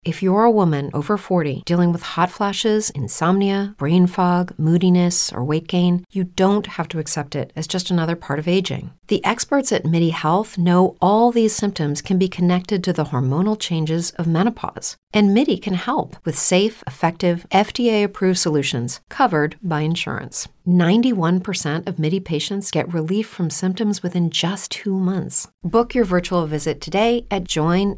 If you're a woman over 40 dealing with hot flashes, insomnia, brain fog, moodiness, or weight gain, you don't have to accept it as just another part of aging. The experts at MIDI Health know all these symptoms can be connected to the hormonal changes of menopause. And MIDI can help with safe, effective, FDA-approved solutions covered by insurance. 91% of MIDI patients get relief from symptoms within just 2 months. Book your virtual visit today at joinmidi.com.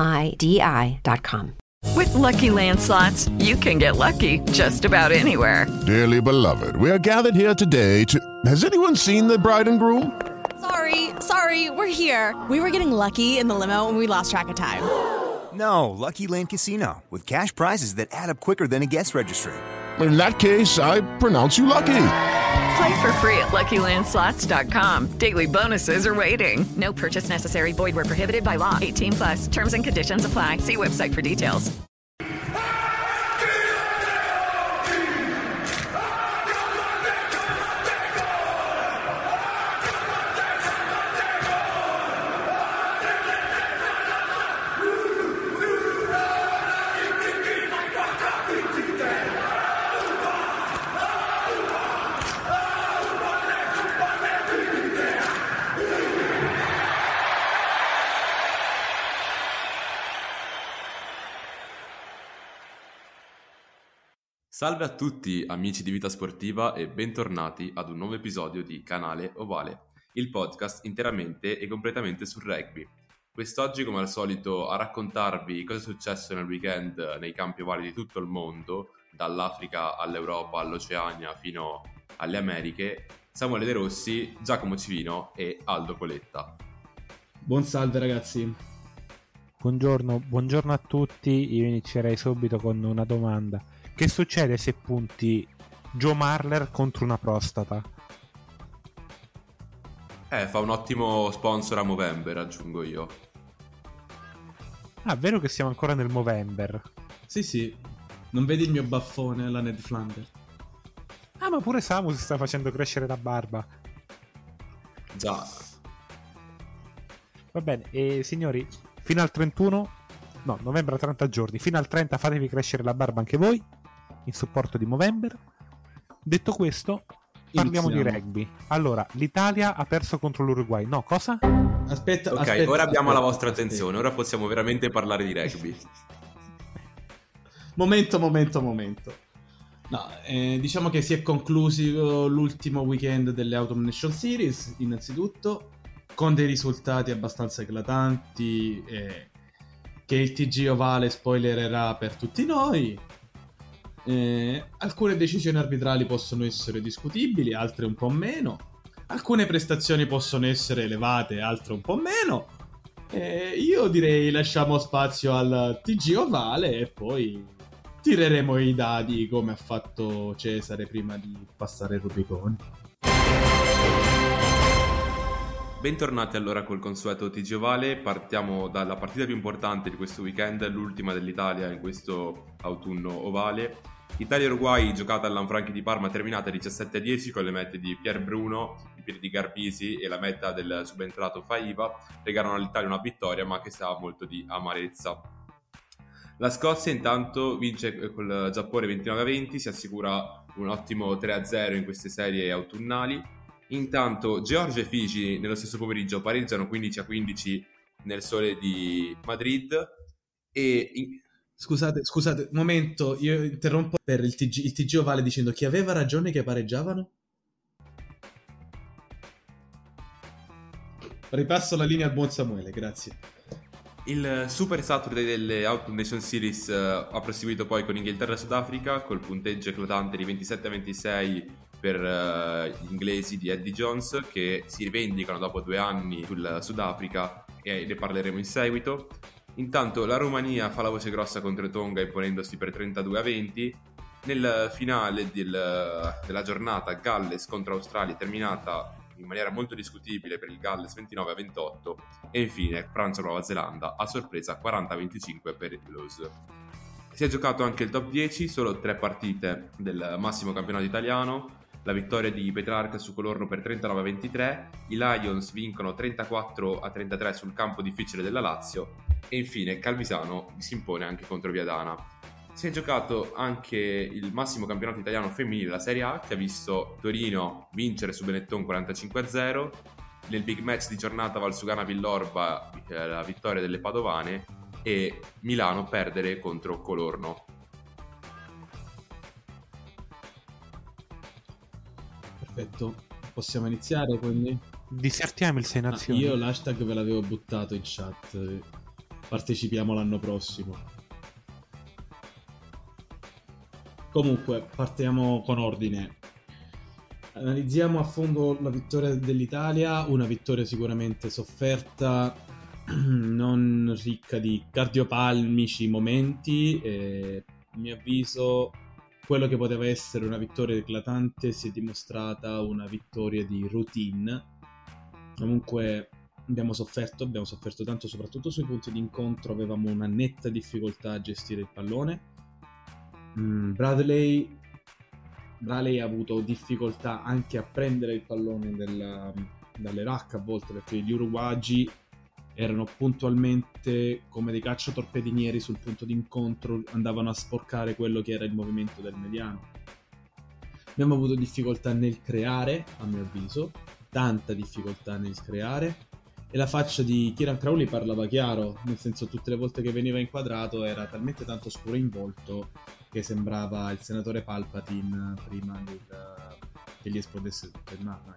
With Lucky Land Slots, you can get lucky just about anywhere. Dearly beloved, we are gathered here today to... Has anyone seen the bride and groom? Sorry, we're here. We were getting lucky in the limo and we lost track of time. No, Lucky Land Casino, with cash prizes that add up quicker than a guest registry. In that case, I pronounce you lucky. Play for free at LuckyLandSlots.com. Daily bonuses are waiting. No purchase necessary. Void where prohibited by law. 18+. Terms and conditions apply. See website for details. Salve a tutti amici di Vita Sportiva e bentornati ad un nuovo episodio di Canale Ovale, il podcast interamente e completamente sul rugby. Quest'oggi, come al solito, a raccontarvi cosa è successo nel weekend nei campi ovali di tutto il mondo, dall'Africa all'Europa, all'Oceania fino alle Americhe, Samuele De Rossi, Giacomo Civino e Aldo Coletta. Buon salve ragazzi. Buongiorno a tutti, io inizierei subito con una domanda. Che succede se punti Joe Marler contro una prostata? Fa un ottimo sponsor a Movember, aggiungo io. Ah, vero che siamo ancora nel Movember? Sì, non vedi il mio baffone, la Ned Flanders? Ah, ma pure Samu si sta facendo crescere la barba. Già. Va bene, e signori, fino al 31, no, novembre a 30 giorni, fino al 30 fatevi crescere la barba anche voi, in supporto di Movember. Detto questo, parliamo di rugby. Allora, l'Italia ha perso contro l'Uruguay. No, cosa? Aspetta, ora abbiamo la vostra attenzione, ora possiamo veramente parlare di rugby. Momento. No, diciamo che si è concluso l'ultimo weekend delle Autumn Nation Series, innanzitutto, con dei risultati abbastanza eclatanti che il TG Ovale spoilererà per tutti noi. Alcune decisioni arbitrali possono essere discutibili, altre un po' meno. Alcune prestazioni possono essere elevate, altre un po' meno. Io direi lasciamo spazio al TG Ovale e poi tireremo i dadi come ha fatto Cesare prima di passare il Rubicone. Bentornati allora col consueto TG Ovale. Partiamo dalla partita più importante di questo weekend, l'ultima dell'Italia in questo autunno ovale. Italia-Uruguay, giocata all'Anfranchi di Parma, terminata 17-10 con le mete di Pier Bruno, i piedi di Garbisi e la meta del subentrato Faiva regalano all'Italia una vittoria ma che sa molto di amarezza. La Scozia intanto vince col Giappone 29-20, si assicura un ottimo 3-0 in queste serie autunnali. Intanto Georgia e Figi nello stesso pomeriggio pareggiano 15-15 nel sole di Madrid e... Scusate, momento, io interrompo per il TG Ovale dicendo chi aveva ragione che pareggiavano? Ripasso la linea al buon Samuele, grazie. Il Super Saturday delle Autumn Nation Series ha proseguito poi con Inghilterra e Sudafrica col punteggio eclatante di 27-26 per gli inglesi di Eddie Jones, che si rivendicano dopo 2 anni sul Sudafrica e ne parleremo in seguito. Intanto la Romania fa la voce grossa contro Tonga imponendosi per 32-20. Nel finale della giornata Galles contro Australia terminata in maniera molto discutibile per il Galles 29-28 e infine Francia-Nuova Zelanda a sorpresa 40-25 per i Blues. Si è giocato anche il top 10, solo 3 partite del massimo campionato italiano. La vittoria di Petrarca su Colorno per 39-23, i Lions vincono 34-33 sul campo difficile della Lazio E infine Calvisano si impone anche contro Viadana. Si è giocato anche il massimo campionato italiano femminile, la Serie A, che ha visto Torino vincere su Benetton 45-0, nel big match di giornata Valsugana-Villorba la vittoria delle padovane e Milano perdere contro Colorno. Perfetto, possiamo iniziare quindi? Dissertiamo il 6 Nazioni. Io l'hashtag ve l'avevo buttato in chat, partecipiamo l'anno prossimo. Comunque, partiamo con ordine. Analizziamo a fondo la vittoria dell'Italia, una vittoria sicuramente sofferta, non ricca di cardiopalmici momenti. A mio avviso, quello che poteva essere una vittoria eclatante si è dimostrata una vittoria di routine. Comunque abbiamo sofferto tanto, soprattutto sui punti di incontro avevamo una netta difficoltà a gestire il pallone. Bradley ha avuto difficoltà anche a prendere il pallone dalle rack a volte, perché gli uruguagi erano puntualmente come dei cacciatorpedinieri sul punto di incontro, andavano a sporcare quello che era il movimento del mediano. Abbiamo avuto difficoltà nel creare, a mio avviso, tanta difficoltà nel creare, e la faccia di Kieran Crowley parlava chiaro, nel senso tutte le volte che veniva inquadrato era talmente tanto scuro in volto che sembrava il senatore Palpatine prima che gli esplodesse tutto il naso.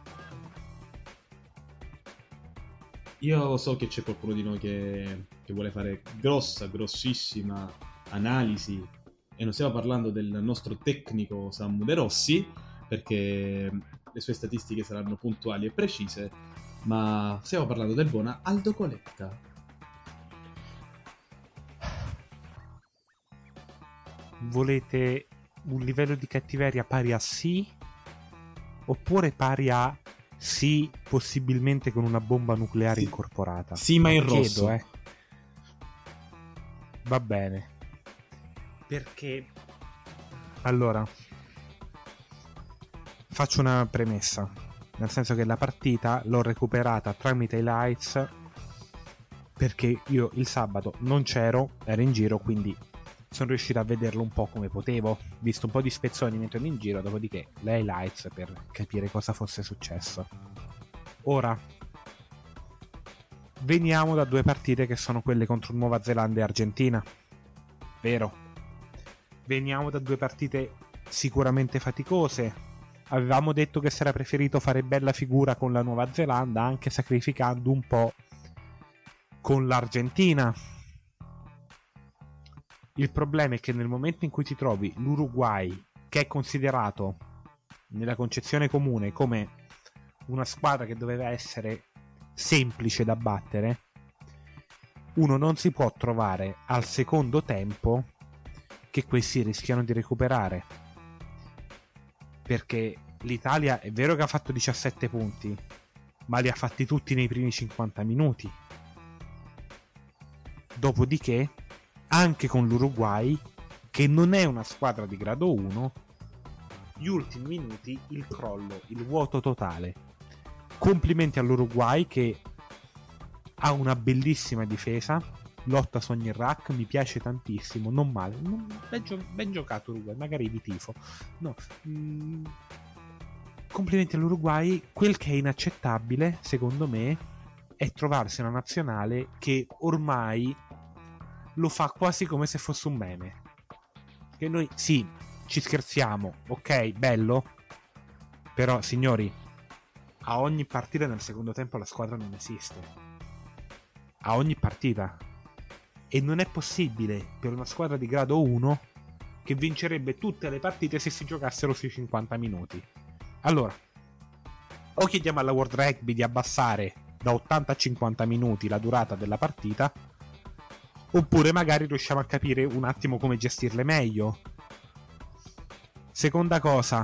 Io so che c'è qualcuno di noi che vuole fare grossissima analisi, e non stiamo parlando del nostro tecnico Samu De Rossi, perché le sue statistiche saranno puntuali e precise, ma stiamo parlando del buon Aldo Coletta. Volete un livello di cattiveria pari a sì, oppure pari a sì, possibilmente con una bomba nucleare incorporata? Sì, ma in rosso. Chiedo, Va bene. Perché allora faccio una premessa, nel senso che la partita l'ho recuperata tramite i lights, perché io il sabato non c'ero, ero in giro, quindi sono riuscito a vederlo un po' come potevo, visto un po' di spezzoni mentre ero in giro, dopodiché le highlights per capire cosa fosse successo. Ora veniamo da due partite che sono quelle contro Nuova Zelanda e Argentina, vero? Veniamo da due partite sicuramente faticose. Avevamo detto che si era preferito fare bella figura con la Nuova Zelanda, anche sacrificando un po' con l'Argentina. Il problema è che nel momento in cui ti trovi l'Uruguay, che è considerato nella concezione comune come una squadra che doveva essere semplice da battere, uno non si può trovare al secondo tempo che questi rischiano di recuperare, perché l'Italia è vero che ha fatto 17 punti, ma li ha fatti tutti nei primi 50 minuti. Dopodiché anche con l'Uruguay, che non è una squadra di grado 1, gli ultimi minuti, il crollo, il vuoto totale. Complimenti all'Uruguay che ha una bellissima difesa, lotta su ogni rack, mi piace tantissimo, non male, ben giocato Uruguay, magari vi tifo. No, complimenti all'Uruguay. Quel che è inaccettabile, secondo me, è trovarsi una nazionale che ormai lo fa quasi come se fosse un meme. Che noi, sì, ci scherziamo, ok, bello, però signori, a ogni partita nel secondo tempo la squadra non esiste. A ogni partita. E non è possibile per una squadra di grado 1 che vincerebbe tutte le partite se si giocassero sui 50 minuti. Allora, o chiediamo alla World Rugby di abbassare da 80 a 50 minuti la durata della partita, oppure magari riusciamo a capire un attimo come gestirle meglio. Seconda cosa,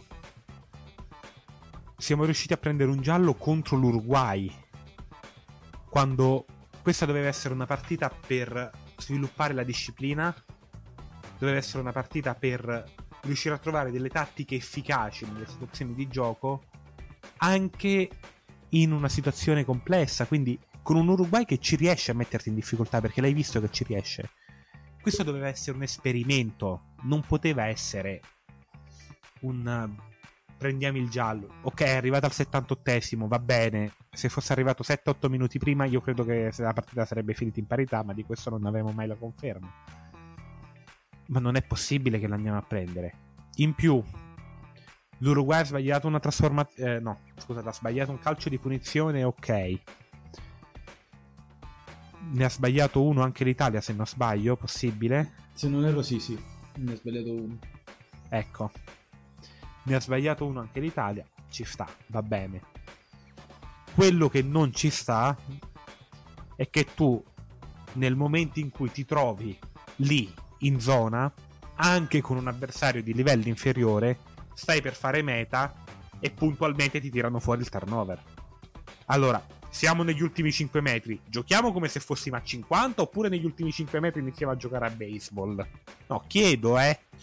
siamo riusciti a prendere un giallo contro l'Uruguay, quando questa doveva essere una partita per sviluppare la disciplina, doveva essere una partita per riuscire a trovare delle tattiche efficaci nelle situazioni di gioco, anche in una situazione complessa, quindi con un Uruguay che ci riesce a metterti in difficoltà, perché l'hai visto che ci riesce. Questo doveva essere un esperimento, non poteva essere un prendiamo il giallo. Ok, è arrivato al 78esimo, va bene. Se fosse arrivato 7-8 minuti prima, io credo che la partita sarebbe finita in parità, ma di questo non avevamo mai la conferma. Ma non è possibile che l'andiamo a prendere. In più, l'Uruguay ha sbagliato una trasformazione. No, scusate, ha sbagliato un calcio di punizione, ok. Ne ha sbagliato uno anche l'Italia, se non sbaglio, possibile? Se non erro sì, ne ha sbagliato uno. Ecco. Ne ha sbagliato uno anche l'Italia, ci sta, va bene. Quello che non ci sta è che tu, nel momento in cui ti trovi lì, in zona, anche con un avversario di livello inferiore, stai per fare meta e puntualmente ti tirano fuori il turnover. Allora, siamo negli ultimi 5 metri, giochiamo come se fossimo a 50 oppure negli ultimi 5 metri iniziamo a giocare a baseball? No, chiedo,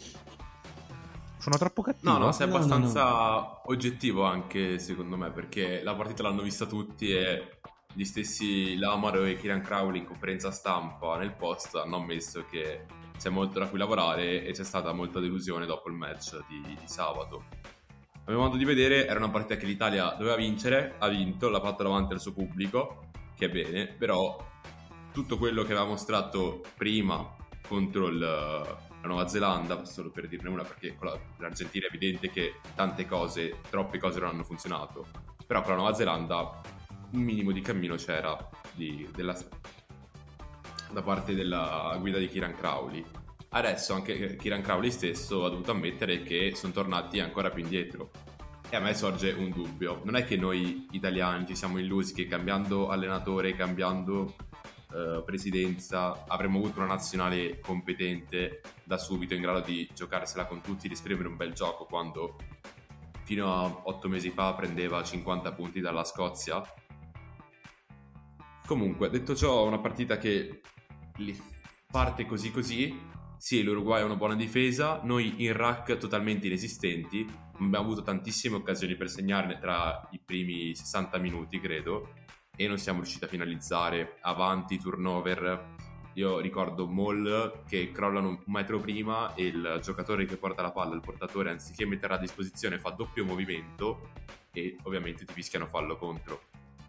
Sono troppo cattivo? No, sei abbastanza oggettivo anche secondo me, perché la partita l'hanno vista tutti e gli stessi Lamaro e Kieran Crowley in conferenza stampa nel post hanno ammesso che c'è molto da cui lavorare e c'è stata molta delusione dopo il match di sabato. A mio modo di vedere era una partita che l'Italia doveva vincere, ha vinto, l'ha fatta davanti al suo pubblico, che è bene, però tutto quello che aveva mostrato prima contro la Nuova Zelanda, solo per dirne una, perché con l'Argentina è evidente che troppe cose non hanno funzionato, però con la Nuova Zelanda un minimo di cammino c'era da parte della guida di Kieran Crowley. Adesso anche Kieran Crowley stesso ha dovuto ammettere che sono tornati ancora più indietro e a me sorge un dubbio. Non è che noi italiani ci siamo illusi che cambiando allenatore, cambiando presidenza avremmo avuto una nazionale competente da subito, in grado di giocarsela con tutti, di esprimere un bel gioco, quando fino a 8 mesi fa prendeva 50 punti dalla Scozia. Comunque, detto ciò, una partita che parte così. Sì, l'Uruguay ha una buona difesa, noi in rack totalmente inesistenti, abbiamo avuto tantissime occasioni per segnarne tra i primi 60 minuti, credo, e non siamo riusciti a finalizzare. Avanti, turnover. Io ricordo Moll che crollano un metro prima e il giocatore che porta la palla, il portatore, anziché metterla a disposizione, fa doppio movimento e ovviamente ti fischiano fallo contro.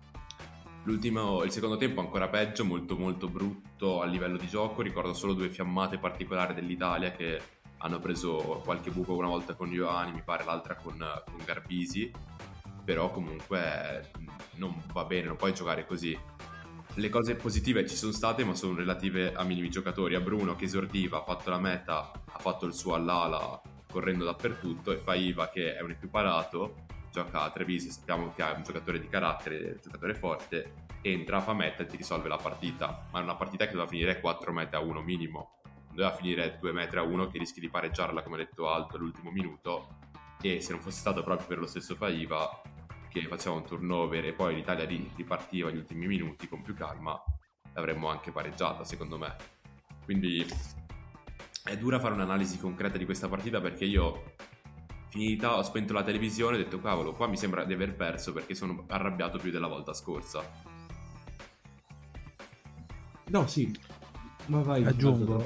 Il secondo tempo ancora peggio, molto molto brutto a livello di gioco. Ricordo solo 2 fiammate particolari dell'Italia che hanno preso qualche buco, una volta con Ioani, mi pare l'altra con Garbisi, però comunque non va bene, non puoi giocare così. Le cose positive ci sono state, ma sono relative a minimi giocatori. A Bruno, che esordiva, ha fatto la meta, ha fatto il suo all'ala correndo dappertutto, e Faiva, che è un equiparato, gioca a Treviso, sappiamo che è un giocatore di carattere, un giocatore forte, entra, fa meta e ti risolve la partita. Ma è una partita che doveva finire 4 mete a 1 minimo, non doveva finire 2 metri a 1 che rischi di pareggiarla, come ha detto Alto, all'ultimo minuto. E se non fosse stato proprio per lo stesso Faiva che faceva un turnover e poi l'Italia ripartiva negli ultimi minuti con più calma, l'avremmo anche pareggiata, secondo me. Quindi è dura fare un'analisi concreta di questa partita, perché io, finita, ho spento la televisione e ho detto cavolo, qua mi sembra di aver perso, perché sono arrabbiato più della volta scorsa. No, sì, ma vai, aggiungo.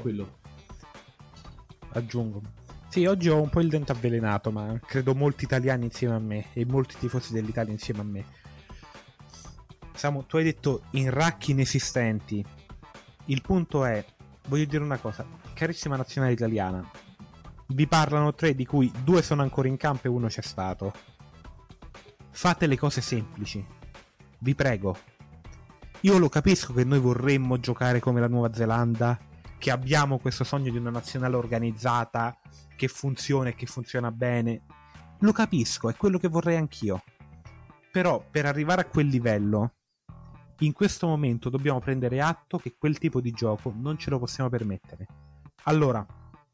Sì, oggi ho un po' il dente avvelenato, ma credo molti italiani insieme a me e molti tifosi dell'Italia insieme a me. Samu, tu hai detto in rack inesistenti. Il punto è, voglio dire una cosa, carissima nazionale italiana, vi parlano 3 di cui 2 sono ancora in campo e 1 c'è stato. Fate le cose semplici, vi prego. Io lo capisco che noi vorremmo giocare come la Nuova Zelanda, che abbiamo questo sogno di una nazionale organizzata, che funziona e che funziona bene. Lo capisco, è quello che vorrei anch'io. Però per arrivare a quel livello, in questo momento dobbiamo prendere atto che quel tipo di gioco non ce lo possiamo permettere. Allora,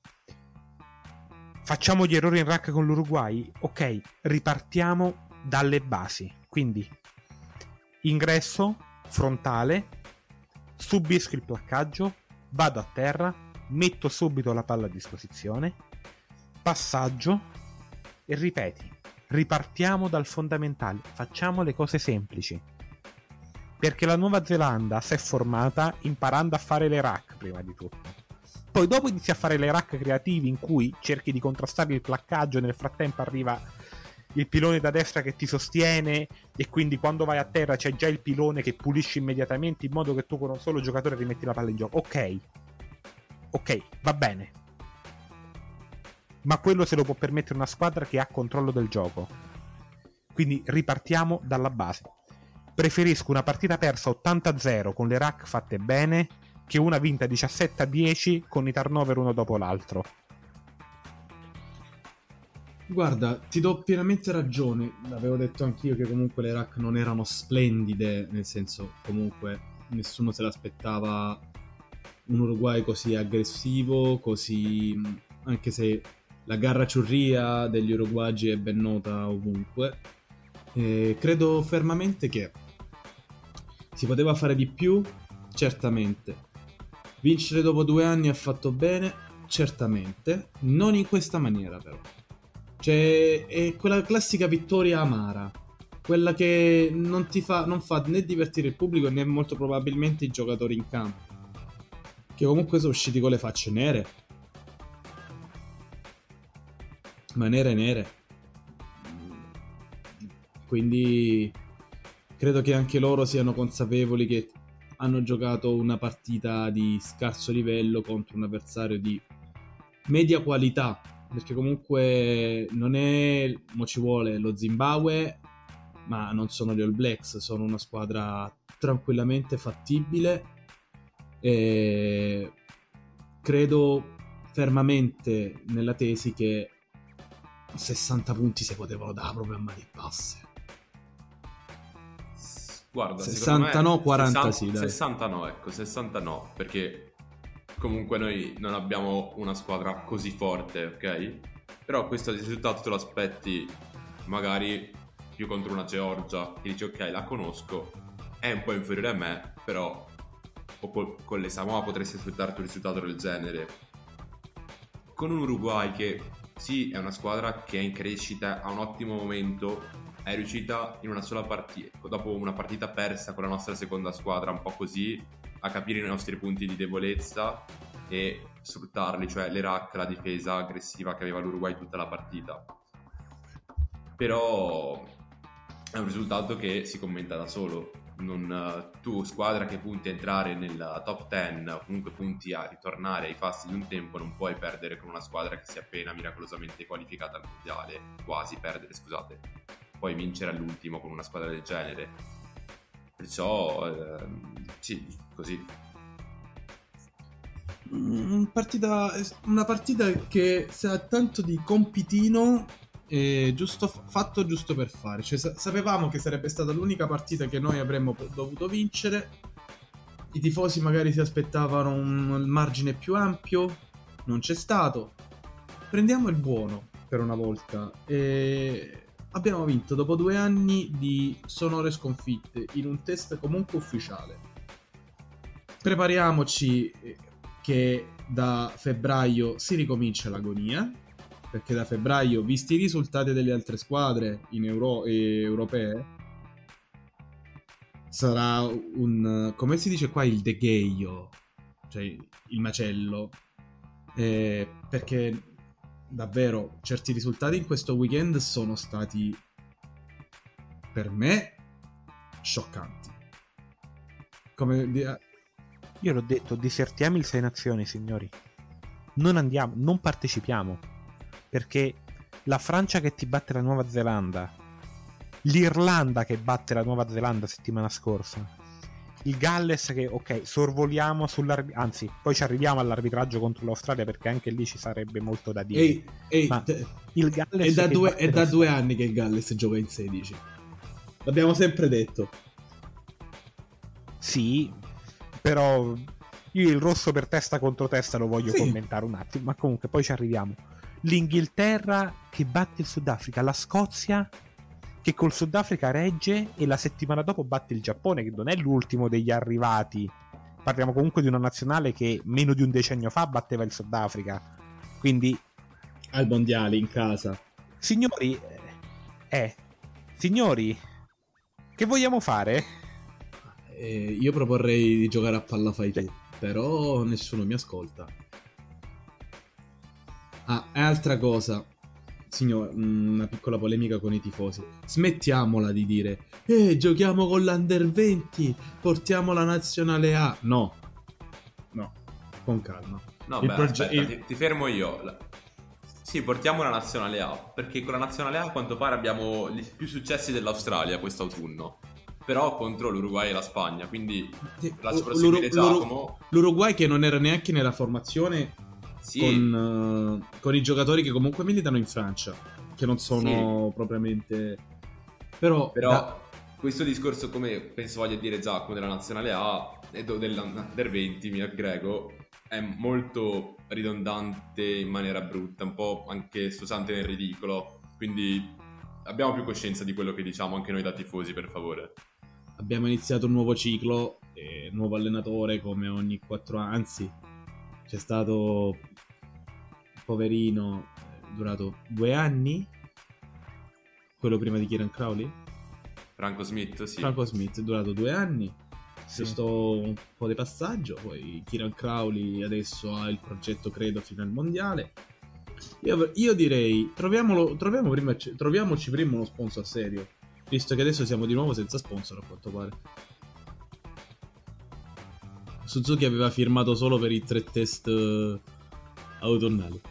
facciamo gli errori in rack con l'Uruguay? Ok, ripartiamo dalle basi. Quindi, ingresso, frontale, subisco il placcaggio, vado a terra, metto subito la palla a disposizione, passaggio e ripeti. Ripartiamo dal fondamentale, facciamo le cose semplici. Perché la Nuova Zelanda si è formata imparando a fare le rack prima di tutto. Poi dopo inizi a fare le rack creativi in cui cerchi di contrastare il placcaggio, nel frattempo arriva il pilone da destra che ti sostiene e quindi quando vai a terra c'è già il pilone che pulisce immediatamente in modo che tu con un solo giocatore rimetti la palla in gioco. Ok, va bene. Ma quello se lo può permettere una squadra che ha controllo del gioco. Quindi ripartiamo dalla base. Preferisco una partita persa 80-0 con le rack fatte bene che una vinta 17-10 con i turnover uno dopo l'altro. Guarda, ti do pienamente ragione. L'avevo detto anch'io che comunque le rack non erano splendide, nel senso, comunque nessuno se l'aspettava un Uruguay così aggressivo, così, anche se la garra ciurria degli uruguagi è ben nota ovunque. Credo fermamente che si poteva fare di più, certamente. Vincere dopo 2 anni ha fatto bene, certamente. Non in questa maniera, però. Cioè, è quella classica vittoria amara. Quella che non fa né divertire il pubblico né molto probabilmente i giocatori in campo. Che comunque sono usciti con le facce nere. Ma nere. Quindi credo che anche loro siano consapevoli che hanno giocato una partita di scarso livello contro un avversario di media qualità, perché comunque non è, mo ci vuole, lo Zimbabwe, ma non sono gli All Blacks, sono una squadra tranquillamente fattibile e credo fermamente nella tesi che 60 punti si potevano dare proprio a mani basse. Guarda, 60 no, 40 60, sì, dai. 60 no, ecco, 60 no, perché comunque noi non abbiamo una squadra così forte, ok? Però questo risultato te lo aspetti magari più contro una Georgia, che dici ok, la conosco, è un po' inferiore a me, però con le Samoa potresti aspettarti un risultato del genere. Con un Uruguay che sì, è una squadra che è in crescita, ha un ottimo momento, è riuscita in una sola partita, dopo una partita persa con la nostra seconda squadra, un po' così, a capire i nostri punti di debolezza e sfruttarli, cioè le rack, la difesa aggressiva che aveva l'Uruguay tutta la partita. Però è un risultato che si commenta da solo. Tu, squadra che punti a entrare nella top 10 o comunque punti a ritornare ai passi di un tempo, non puoi perdere con una squadra che si è appena miracolosamente qualificata al mondiale, quasi perdere, scusate, poi vincere all'ultimo con una squadra del genere. Perciò sì, così. Una partita che sa tanto di compitino, fatto giusto per fare. Cioè, sapevamo che sarebbe stata l'unica partita che noi avremmo dovuto vincere. I tifosi magari si aspettavano un margine più ampio, non c'è stato. Prendiamo il buono per una volta e abbiamo vinto dopo 2 anni di sonore sconfitte in un test comunque ufficiale. Prepariamoci che da febbraio si ricomincia l'agonia, perché da febbraio, visti i risultati delle altre squadre in europee, sarà un, come si dice qua, il degheio, cioè il macello, perché davvero certi risultati in questo weekend sono stati per me scioccanti. Io l'ho detto, disertiamo il 6 Nazioni, signori. Non andiamo, non partecipiamo, perché la Francia che ti batte la Nuova Zelanda, l'Irlanda che batte la Nuova Zelanda settimana scorsa, il Galles che, ok, sorvoliamo anzi, poi ci arriviamo all'arbitraggio contro l'Australia, perché anche lì ci sarebbe molto da dire. Ma il Galles è da 2 anni che il Galles gioca in 16. L'abbiamo sempre detto. Sì, però io il rosso per testa contro testa lo voglio commentare un attimo, ma comunque poi ci arriviamo. L'Inghilterra che batte il Sudafrica, la Scozia che col Sudafrica regge e la settimana dopo batte il Giappone, che non è l'ultimo degli arrivati. Parliamo comunque di una nazionale che meno di un decennio fa batteva il Sudafrica, quindi al mondiale in casa. Signori, signori, che vogliamo fare? Io proporrei di giocare a palla fai tu, però nessuno mi ascolta. E altra cosa, signor, una piccola polemica con i tifosi. Smettiamola di dire giochiamo con l'Under 20, portiamo la nazionale A. No, con calma. No, ti fermo io. Sì, portiamo la nazionale A, perché con la nazionale A a quanto pare abbiamo gli più successi dell'Australia quest'autunno, però contro l'Uruguay e la Spagna, quindi lascio proseguire Giacomo. L'Uruguay che non era neanche nella formazione, sì, con i giocatori che comunque militano in Francia, che non sono propriamente... Però questo discorso, come penso voglia dire Giacomo, della nazionale A e dell'Under 20, mi aggrego, è molto ridondante in maniera brutta, un po' anche sfociante nel ridicolo, quindi abbiamo più coscienza di quello che diciamo anche noi da tifosi, per favore. Abbiamo iniziato un nuovo ciclo, nuovo allenatore come ogni 4 anni, anzi c'è stato poverino, durato 2 anni, quello prima di Kieran Crowley? Franco Smith, sì. Franco Smith, è durato 2 anni. C'è stato un po' di passaggio, poi Kieran Crowley adesso ha il progetto, credo, fino al mondiale. Io direi troviamoci prima uno sponsor serio, visto che adesso siamo di nuovo senza sponsor a quanto pare. Suzuki aveva firmato solo per i 3 test autunnali.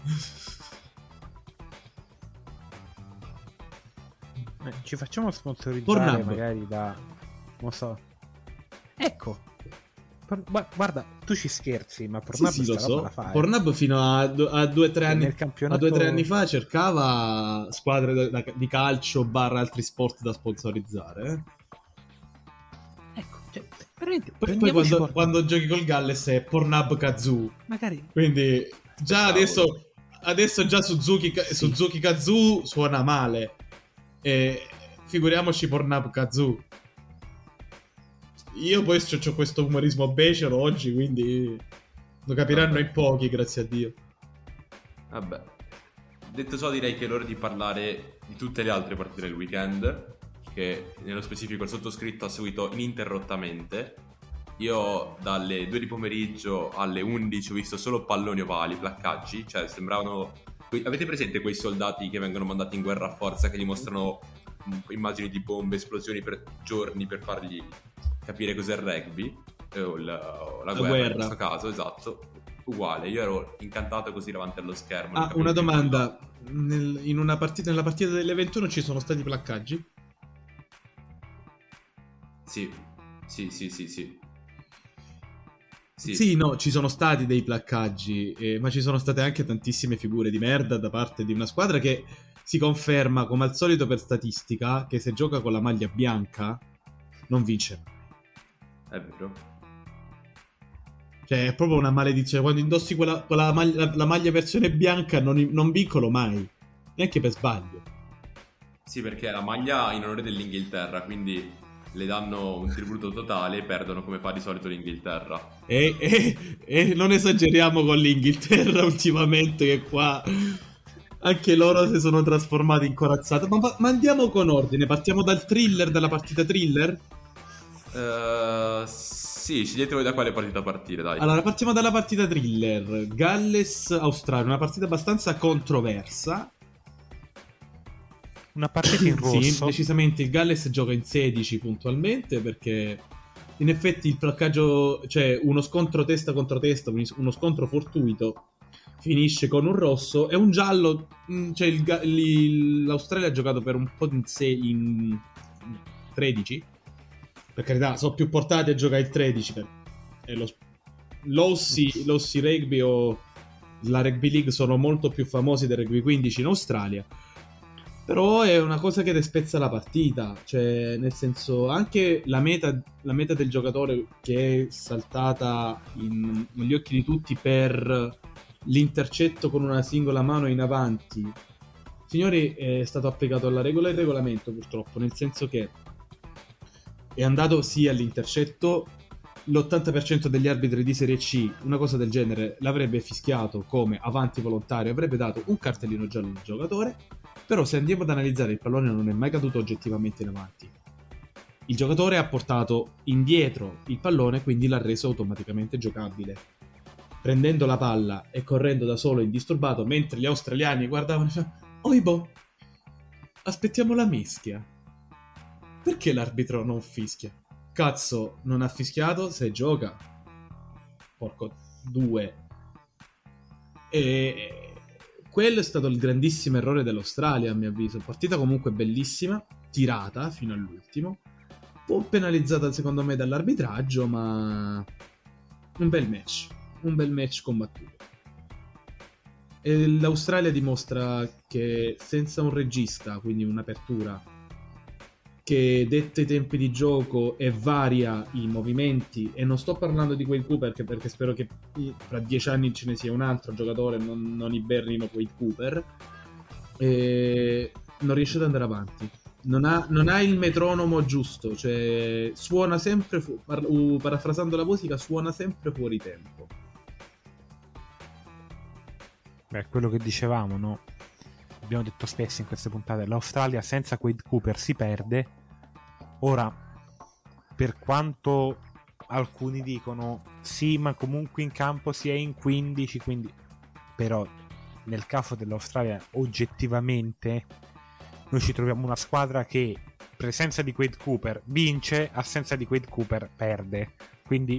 Ci facciamo sponsorizzare Pornhub, magari da... non so. Ecco, guarda, tu ci scherzi, ma Pornhub sì, lo so. La fa, Pornhub fino a 2-3 anni, campionato... 2-3 anni fa cercava squadre di calcio / altri sport da sponsorizzare. Ecco, cioè, poi quando giochi col Galles è Pornhub Kazoo. Magari. Quindi già adesso già Suzuki Kazoo suona male. E figuriamoci Pornhub Kazoo. Io poi c'ho questo umorismo becero oggi, quindi lo capiranno in pochi, grazie a Dio. Vabbè, detto ciò, direi che è l'ora di parlare di tutte le altre partite del weekend, che nello specifico il sottoscritto ha seguito ininterrottamente. Io dalle 2 di pomeriggio alle 11 ho visto solo palloni ovali, placcaggi, cioè sembravano... Avete presente quei soldati che vengono mandati in guerra a forza, che gli mostrano immagini di bombe, esplosioni per giorni per fargli capire cos'è il rugby, o la guerra in questo caso, esatto, uguale. Io ero incantato così davanti allo schermo. Una domanda, nella partita delle 21 ci sono stati placcaggi? Sì. Sì, no, ci sono stati dei placcaggi, ma ci sono state anche tantissime figure di merda da parte di una squadra che si conferma, come al solito per statistica, che se gioca con la maglia bianca non vince. È vero. Cioè, è proprio una maledizione. Quando indossi la maglia versione bianca non vincono mai, neanche per sbaglio. Sì, perché è la maglia in onore dell'Inghilterra, quindi le danno un tributo totale e perdono come fa di solito l'Inghilterra. E non esageriamo con l'Inghilterra ultimamente, che qua anche loro si sono trasformati in corazzate. Ma andiamo con ordine, partiamo dalla partita thriller? Sì, scegliete voi da quale partita partire, dai. Allora, partiamo dalla partita thriller. Galles-Australia, una partita abbastanza controversa. Una partita in rosso. Sì, decisamente il Galles gioca in 16 puntualmente, perché in effetti il placcaggio, cioè uno scontro testa contro testa, uno scontro fortuito, finisce con un rosso e un giallo. Cioè l'Australia ha giocato per un po' in 13. Per carità, sono più portati a giocare il 13. L'Aussie Rugby o la Rugby League sono molto più famosi del Rugby 15 in Australia. Però è una cosa che ti spezza la partita. Cioè, nel senso, anche la meta del giocatore che è saltata negli occhi di tutti per l'intercetto con una singola mano in avanti. Signori, è stato applicato alla regola e il regolamento, purtroppo, nel senso che è andato sì all'intercetto. L'80% degli arbitri di Serie C una cosa del genere l'avrebbe fischiato come avanti volontario, avrebbe dato un cartellino giallo al giocatore. Però se andiamo ad analizzare, il pallone non è mai caduto oggettivamente in avanti. il giocatore ha portato indietro il pallone, quindi l'ha reso automaticamente giocabile, prendendo la palla e correndo da solo indisturbato, mentre gli australiani guardavano e dicevano: Oibo, aspettiamo la mischia. Perché l'arbitro non fischia? Cazzo, non ha fischiato se gioca. Porco due. E quello è stato il grandissimo errore dell'Australia, a mio avviso. Partita comunque bellissima, tirata fino all'ultimo, un po' penalizzata secondo me dall'arbitraggio, ma un bel match combattuto. E l'Australia dimostra che senza un regista, quindi un'apertura che detta i tempi di gioco e varia i movimenti, e non sto parlando di Quade Cooper perché spero che fra 10 anni ce ne sia un altro giocatore, non ibernino Quade Cooper, non riesce ad andare avanti, non ha il metronomo giusto, cioè suona sempre parafrasando la musica, suona sempre fuori tempo. Beh, quello che dicevamo, no? Abbiamo detto spesso in queste puntate, l'Australia senza Quade Cooper si perde. Ora, per quanto alcuni dicono sì, ma comunque in campo si è in 15, quindi però nel caso dell'Australia oggettivamente noi ci troviamo una squadra che presenza di Quade Cooper vince, assenza di Quade Cooper perde. Quindi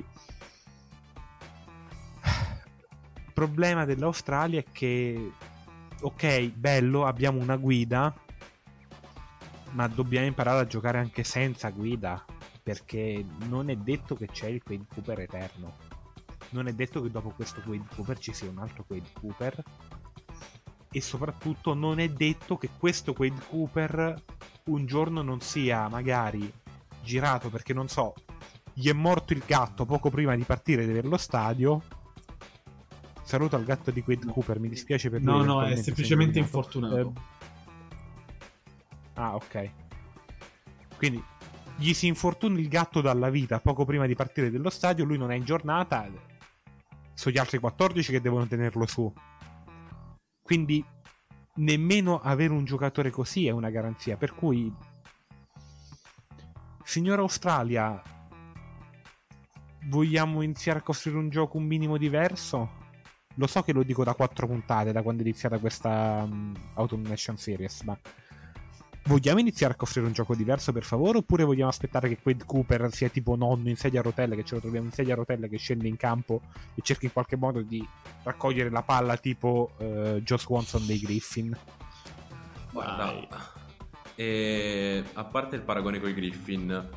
il problema dell'Australia è che ok, bello, abbiamo una guida, ma dobbiamo imparare a giocare anche senza guida, perché non è detto che c'è il Quade Cooper eterno, non è detto che dopo questo Quade Cooper ci sia un altro Quade Cooper, e soprattutto non è detto che questo Quade Cooper un giorno non sia magari girato perché, non so, gli è morto il gatto poco prima di partire per lo stadio. Saluto al gatto di Quade Cooper, mi dispiace per lui. No, è semplicemente infortunato. Ok. Quindi gli si infortuna il gatto dalla vita poco prima di partire dello stadio, lui non è in giornata, sono gli altri 14 che devono tenerlo su. Quindi nemmeno avere un giocatore così è una garanzia, per cui signora Australia, vogliamo iniziare a costruire un gioco un minimo diverso? Lo so che lo dico da 4 puntate, da quando è iniziata questa Autumn Nation Series, ma vogliamo iniziare a costruire un gioco diverso, per favore, oppure vogliamo aspettare che Quade Cooper sia tipo nonno in sedia a rotelle, che ce lo troviamo in sedia a rotelle, che scende in campo e cerca in qualche modo di raccogliere la palla tipo Joe Swanson dei Griffin? Guarda, a parte il paragone con i Griffin,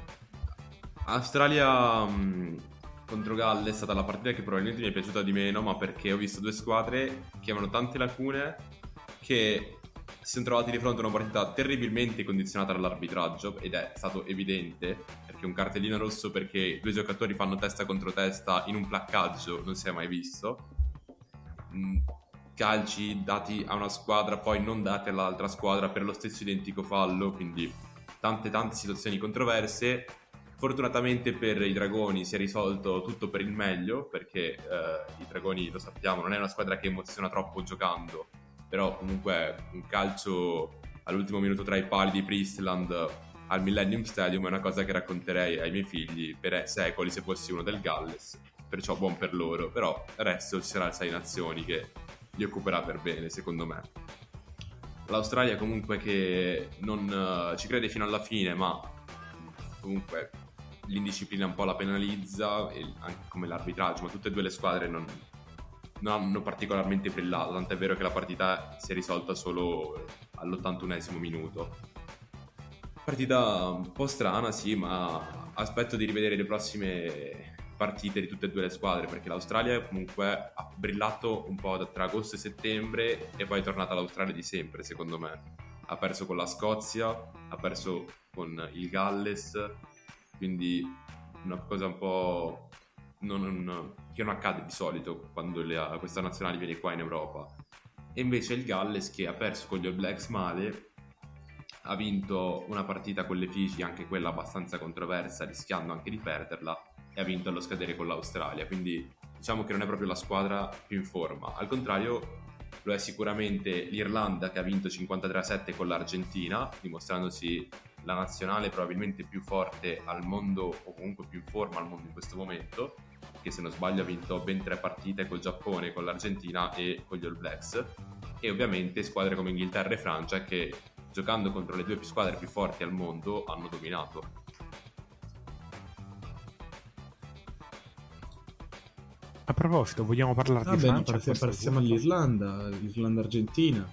Australia contro Galles è stata la partita che probabilmente mi è piaciuta di meno, ma perché ho visto due squadre che avevano tante lacune, che si sono trovati di fronte a una partita terribilmente condizionata dall'arbitraggio, ed è stato evidente, perché un cartellino rosso perché due giocatori fanno testa contro testa in un placcaggio non si è mai visto, calci dati a una squadra poi non dati all'altra squadra per lo stesso identico fallo, quindi tante situazioni controverse. Fortunatamente per i Dragoni si è risolto tutto per il meglio, perché i Dragoni, lo sappiamo, non è una squadra che emoziona troppo giocando, però comunque un calcio all'ultimo minuto tra i pali di Priestland al Millennium Stadium è una cosa che racconterei ai miei figli per secoli se fossi uno del Galles, perciò buon per loro. Però adesso ci sarà il Sei Nazioni che li occuperà per bene, secondo me. L'Australia comunque che non ci crede fino alla fine, ma comunque l'indisciplina un po' la penalizza, e anche come l'arbitraggio, ma tutte e due le squadre non hanno particolarmente brillato, tant'è vero che la partita si è risolta solo all'81esimo minuto. Partita un po' strana, sì, ma aspetto di rivedere le prossime partite di tutte e due le squadre, perché l'Australia comunque ha brillato un po' tra agosto e settembre, e poi è tornata l'Australia di sempre, secondo me. Ha perso con la Scozia, ha perso con il Galles, quindi una cosa un po' che non accade di solito quando questa nazionale viene qua in Europa. E invece il Galles, che ha perso con gli All Blacks male, ha vinto una partita con le Figi, anche quella abbastanza controversa, rischiando anche di perderla, e ha vinto allo scadere con l'Australia. Quindi diciamo che non è proprio la squadra più in forma. Al contrario lo è sicuramente l'Irlanda, che ha vinto 53-7 con l'Argentina, dimostrandosi la nazionale probabilmente più forte al mondo, o comunque più in forma al mondo in questo momento, che se non sbaglio ha vinto ben 3 partite col Giappone, con l'Argentina e con gli All Blacks, e ovviamente squadre come Inghilterra e Francia che, giocando contro le 2 squadre più forti al mondo, hanno dominato. A proposito, vogliamo parlare di Francia? Passiamo all'Irlanda, l'Irlanda-Argentina.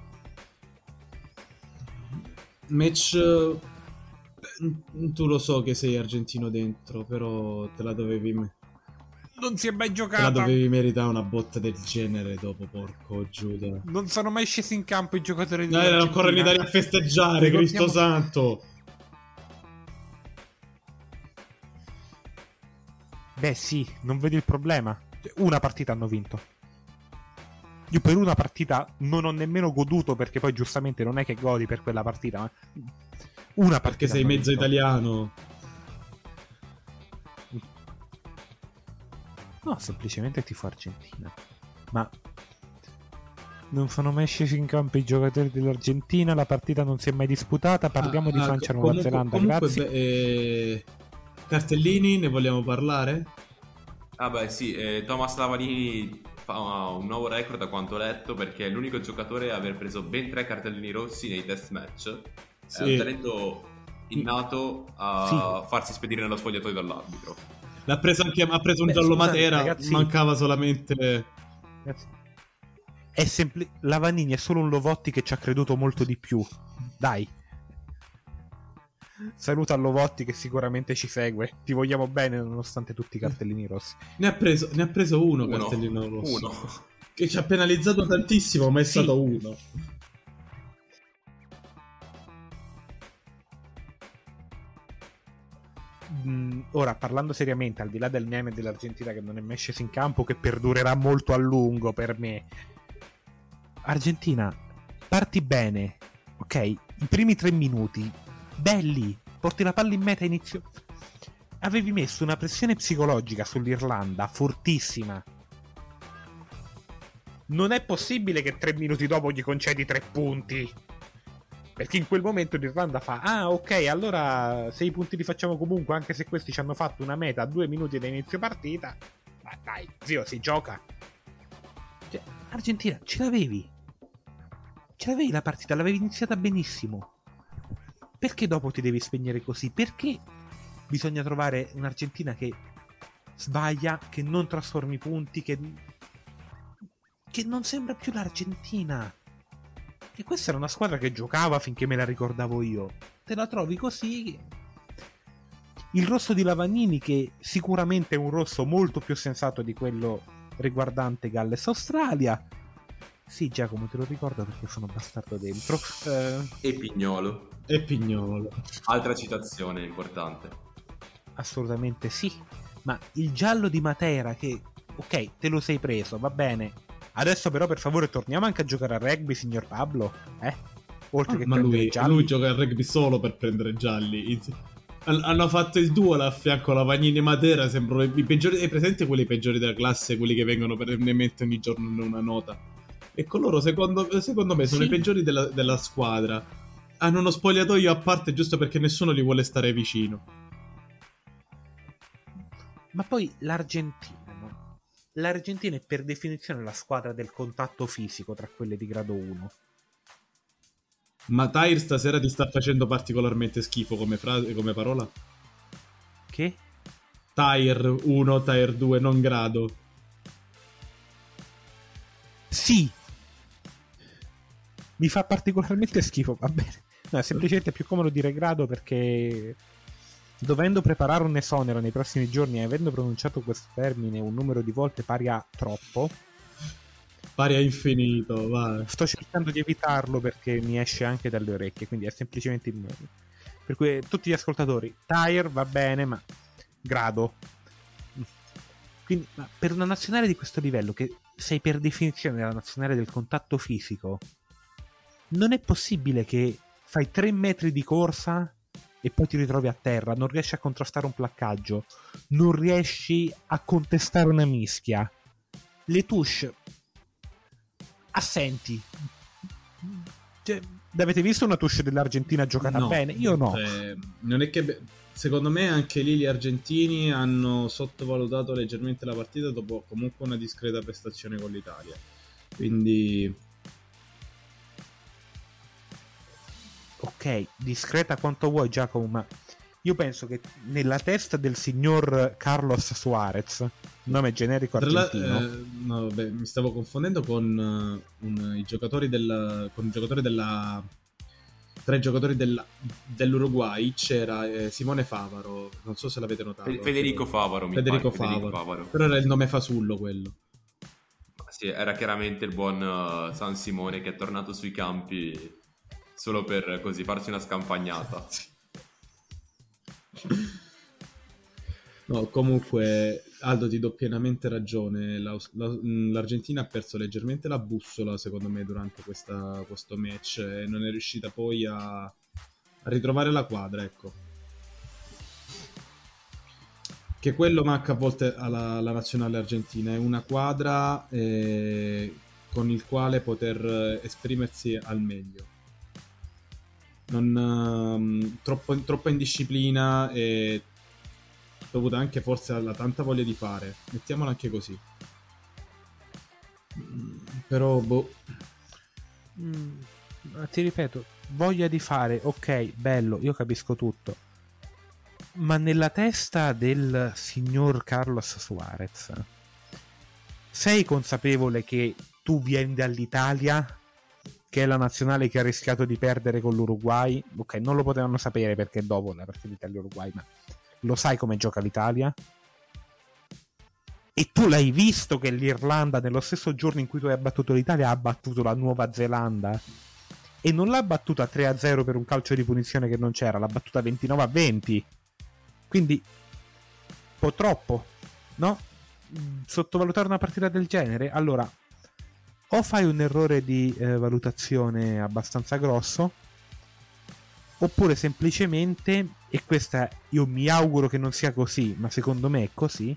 Match, tu lo so che sei argentino dentro, però te la dovevi Non si è mai te giocata. la dovevi meritare una botta del genere dopo, porco Giuda. Non sono mai scesi in campo i giocatori di Erano ancora in Italia a festeggiare, Cristo santo. Beh sì, non vedi il problema. Una partita hanno vinto. Io per una partita non ho nemmeno goduto, perché poi giustamente non è che godi per quella partita, ma una partita. Perché sei mezzo vinto. italiano. No, semplicemente tifo Argentina. Ma non sono mai scesi in campo i giocatori dell'Argentina, la partita non si è mai disputata. Parliamo di Francia-Nuova Zelanda, grazie. Cartellini, ne vogliamo parlare? Ah beh sì, Thomas Lavanini fa un nuovo record a quanto ho letto, perché è l'unico giocatore a aver preso ben 3 cartellini rossi nei test match. È un talento innato a farsi spedire nello spogliatoio dall'arbitro. Ha preso un giallo Matera, ragazzi, mancava solamente... Ragazzi, Lavanini è solo un Lovotti che ci ha creduto molto di più. Dai. Saluta a Lovotti che sicuramente ci segue. Ti vogliamo bene nonostante tutti i cartellini rossi. Ne ha preso uno cartellino rosso. Uno. Che ci ha penalizzato tantissimo, ma è stato uno. Ora, parlando seriamente, al di là del meme dell'Argentina che non è mai sceso in campo, che perdurerà molto a lungo per me, Argentina, parti bene, ok? I primi 3 minuti belli, porti la palla in meta, inizio. Avevi messo una pressione psicologica sull'Irlanda fortissima. Non è possibile che 3 minuti dopo gli concedi 3 punti, perché in quel momento l'Irlanda fa: ah ok, allora 6 punti li facciamo comunque, anche se questi ci hanno fatto una meta a 2 minuti da inizio partita. Ma dai, zio, si gioca. Cioè, Argentina, ce l'avevi la partita, l'avevi iniziata benissimo. Perché dopo ti devi spegnere così? Perché bisogna trovare un'Argentina che sbaglia, che non trasformi punti, che non sembra più l'Argentina? E questa era una squadra che giocava finché me la ricordavo io. Te la trovi così. Il rosso di Lavanini, che sicuramente è un rosso molto più sensato di quello riguardante Galles-Australia. Sì, Giacomo, te lo ricordo perché sono bastardo dentro. E Pignolo. Altra citazione importante. Assolutamente sì. Ma il giallo di Matera, che ok, te lo sei preso, va bene. Adesso però per favore torniamo anche a giocare a rugby, signor Pablo, oltre che ma prendere gialli. Lui gioca a rugby solo per prendere gialli. Hanno fatto il duo a fianco alla Vagnini e Matera, sembrano i peggiori. Hai presente quelli peggiori della classe, quelli che vengono perennemente ogni giorno in una nota? E con loro secondo me sono i peggiori della squadra. Hanno uno spogliatoio a parte giusto perché nessuno gli vuole stare vicino. Ma poi l'Argentina è per definizione la squadra del contatto fisico tra quelle di grado 1. Ma Tyre stasera ti sta facendo particolarmente schifo come parola? Che? Tyre 1, Tyre 2, non grado. Sì! Mi fa particolarmente schifo, va bene. No, è semplicemente più comodo dire grado, perché dovendo preparare un esonero nei prossimi giorni e avendo pronunciato questo termine un numero di volte pari a troppo, pari a infinito, vai. Sto cercando di evitarlo perché mi esce anche dalle orecchie, quindi è semplicemente il meme. Per cui tutti gli ascoltatori, tire va bene, ma grado. Quindi, ma per una nazionale di questo livello, che sei per definizione la nazionale del contatto fisico, non è possibile che fai 3 metri di corsa e poi ti ritrovi a terra, non riesci a contrastare un placcaggio, non riesci a contestare una mischia, le touche assenti, Cioè, avete visto una touche dell'Argentina giocata bene? Io no. Non è che secondo me anche lì gli argentini hanno sottovalutato leggermente la partita dopo comunque una discreta prestazione con l'Italia. Quindi ok, discreta quanto vuoi, Giacomo, ma io penso che nella testa del signor Carlos Suarez, nome generico argentino, no, vabbè, mi stavo confondendo con i giocatori tra i giocatori dell'Uruguay c'era Simone Favaro, non so se l'avete notato. Federico Favaro. Però era il nome fasullo quello. Sì, era chiaramente il buon San Simone che è tornato sui campi solo per così farsi una scampagnata. No, comunque Aldo, ti do pienamente ragione. L'Argentina ha perso leggermente la bussola secondo me durante questo match e non è riuscita poi a ritrovare la quadra, ecco, che quello manca a volte alla nazionale argentina, è una quadra con il quale poter esprimersi al meglio. Non troppa indisciplina e dovuta anche forse alla tanta voglia di fare, mettiamola anche così. Però ti ripeto, voglia di fare, ok, bello, io capisco tutto, ma nella testa del signor Carlos Suarez sei consapevole che tu vieni dall'Italia, che è la nazionale che ha rischiato di perdere con l'Uruguay? Ok, non lo potevano sapere perché dopo la partita Italia-Uruguay, ma lo sai come gioca l'Italia? E tu l'hai visto che l'Irlanda, nello stesso giorno in cui tu hai battuto l'Italia, ha battuto la Nuova Zelanda? E non l'ha battuta 3-0 per un calcio di punizione che non c'era, l'ha battuta 29-20. Quindi, un po' troppo, no? Sottovalutare una partita del genere? Allora, o fai un errore di valutazione abbastanza grosso, oppure semplicemente, e questa io mi auguro che non sia così, ma secondo me è così,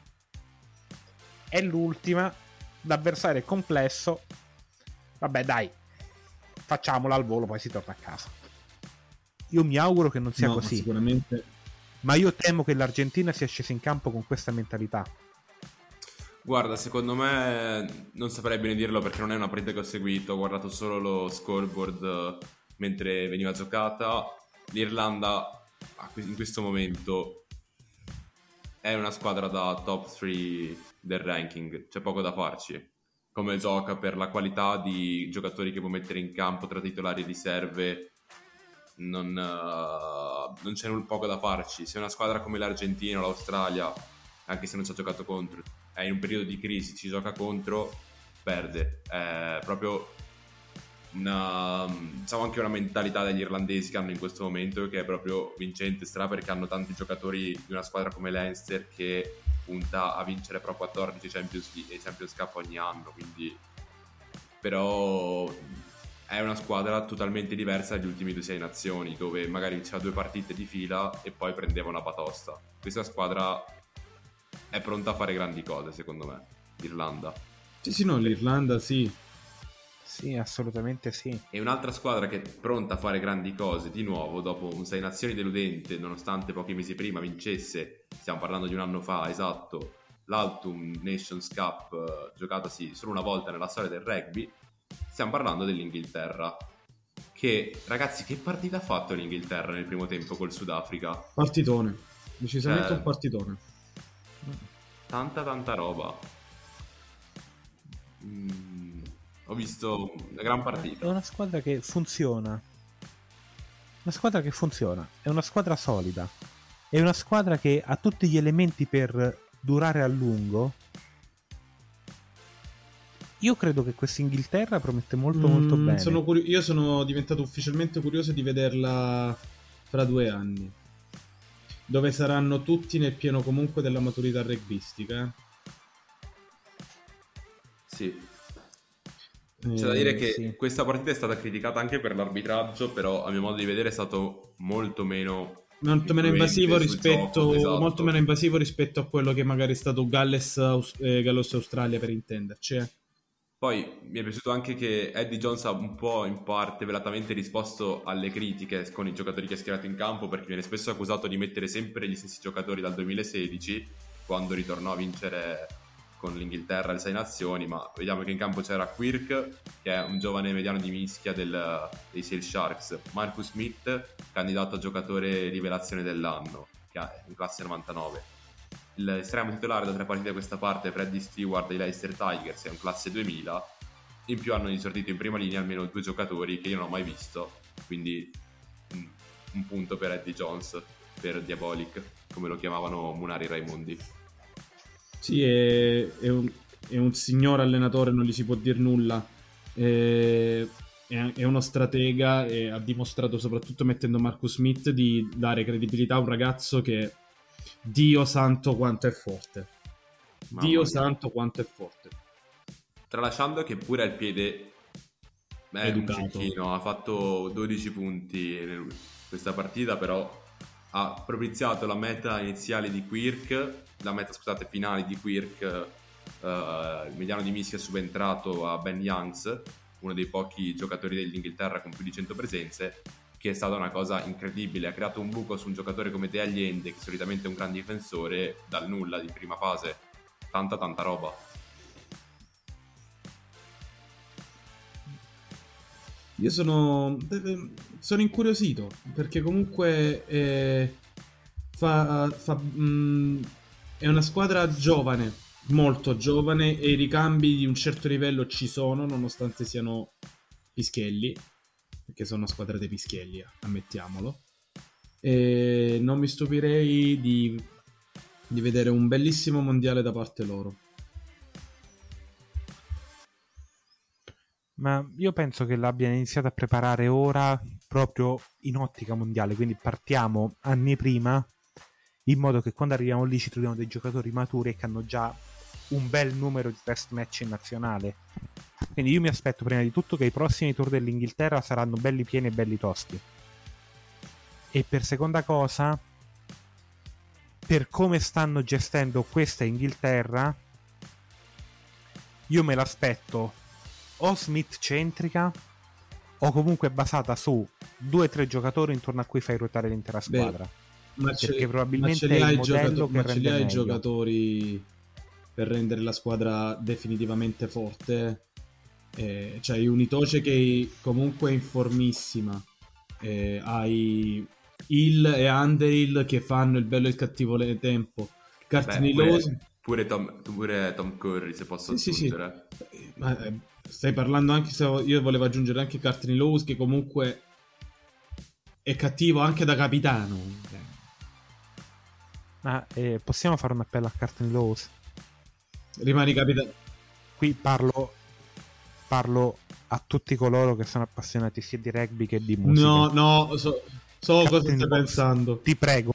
è l'ultima, l'avversario è complesso, vabbè dai, facciamola al volo, poi si torna a casa. Io mi auguro che non sia così, sicuramente. Ma io temo che l'Argentina sia scesa in campo con questa mentalità. Guarda, secondo me non saprei bene dirlo perché non è una partita che ho seguito, ho guardato solo lo scoreboard mentre veniva giocata. L'Irlanda in questo momento è una squadra da top 3 del ranking, c'è poco da farci. Come gioca, per la qualità di giocatori che può mettere in campo tra titolari e riserve, non c'è poco da farci. Se una squadra come l'Argentina o l'Australia, anche se non ci ha giocato contro, è in un periodo di crisi, ci gioca contro, perde. È proprio diciamo anche una mentalità degli irlandesi che hanno in questo momento, che è proprio vincente, perché hanno tanti giocatori di una squadra come l'Einster che punta a vincere proprio 14 Champions Cup ogni anno, quindi però è una squadra totalmente diversa dagli ultimi 2-6 nazioni, dove magari vinceva 2 partite di fila e poi prendeva una batosta. Questa squadra è pronta a fare grandi cose, secondo me, l'Irlanda. Sì, no, l'Irlanda sì. Sì, assolutamente sì. E un'altra squadra che è pronta a fare grandi cose, di nuovo, dopo un 6 nazioni deludente, nonostante pochi mesi prima vincesse, stiamo parlando di un anno fa, esatto, l'Autumn Nations Cup, giocatasi solo una volta nella storia del rugby, stiamo parlando dell'Inghilterra. Che, ragazzi, che partita ha fatto l'Inghilterra nel primo tempo col Sudafrica? Partitone, decisamente un partitone. Tanta roba. Ho visto una gran partita. È una squadra che funziona. Una squadra che funziona. È una squadra solida. È una squadra che ha tutti gli elementi per durare a lungo. Io credo che questa Inghilterra promette molto bene. Io sono diventato ufficialmente curioso di vederla fra 2 anni, dove saranno tutti nel pieno comunque della maturità rugbistica. Sì. C'è da dire che questa partita è stata criticata anche per l'arbitraggio, però a mio modo di vedere è stato molto meno invasivo rispetto gioco, esatto. Molto meno invasivo rispetto a quello che magari è stato Galles Australia, per intenderci. Poi mi è piaciuto anche che Eddie Jones ha un po' in parte velatamente risposto alle critiche con i giocatori che ha schierato in campo, perché viene spesso accusato di mettere sempre gli stessi giocatori dal 2016, quando ritornò a vincere con l'Inghilterra le 6 nazioni. Ma vediamo che in campo c'era Quirk, che è un giovane mediano di mischia dei Sale Sharks, Marcus Smith, candidato a giocatore rivelazione dell'anno, che è in classe 99. L'estremo titolare da 3 partite a questa parte, Freddie Stewart dei Leicester Tigers, è un classe 2000. In più hanno esordito in prima linea almeno 2 giocatori che io non ho mai visto, quindi un punto per Eddie Jones, per Diabolic, come lo chiamavano Munari Raimondi. Sì, è un signor allenatore, non gli si può dire nulla. È uno stratega e ha dimostrato, soprattutto mettendo Marcus Smith, di dare credibilità a un ragazzo che, Dio santo quanto è forte. Dio santo quanto è forte. Tralasciando che pure al piede è un cecchino, ha fatto 12 punti in questa partita, però ha propiziato la meta iniziale di Quirk, finale di Quirk, il mediano di mischia subentrato a Ben Youngs, uno dei pochi giocatori dell'Inghilterra con più di 100 presenze, che è stata una cosa incredibile. Ha creato un buco su un giocatore come De Allende, che solitamente è un gran difensore, dal nulla di prima fase. Tanta roba. Io sono incuriosito, perché comunque è una squadra giovane, molto giovane, e i ricambi di un certo livello ci sono, nonostante siano pischelli, perché sono una squadra dei pischelli, ammettiamolo. E non mi stupirei di vedere un bellissimo mondiale da parte loro. Ma io penso che l'abbiano iniziato a preparare ora proprio in ottica mondiale, quindi partiamo anni prima, in modo che quando arriviamo lì ci troviamo dei giocatori maturi e che hanno già un bel numero di test match in nazionale. Quindi io mi aspetto prima di tutto che i prossimi tour dell'Inghilterra saranno belli pieni e belli tosti. E per seconda cosa, per come stanno gestendo questa Inghilterra, io me l'aspetto o Smith centrica o comunque basata su 2 o 3 giocatori intorno a cui fai ruotare l'intera squadra. Perché probabilmente è il modello che rende meglio. giocatori per rendere la squadra definitivamente forte. C'hai un Itoce che comunque è in formissima, hai Hill e Underhill che fanno il bello e il cattivo tempo. Pure Tom Curry, se posso aggiungere. Sì. Ma, stai parlando anche, se io volevo aggiungere anche Courtney Lowes, che comunque è cattivo anche da capitano. Ma possiamo fare un appello a Courtney Lowes? Rimani capitano. Qui parlo a tutti coloro che sono appassionati sia di rugby che di musica. No, so cosa stai pensando. Ti prego,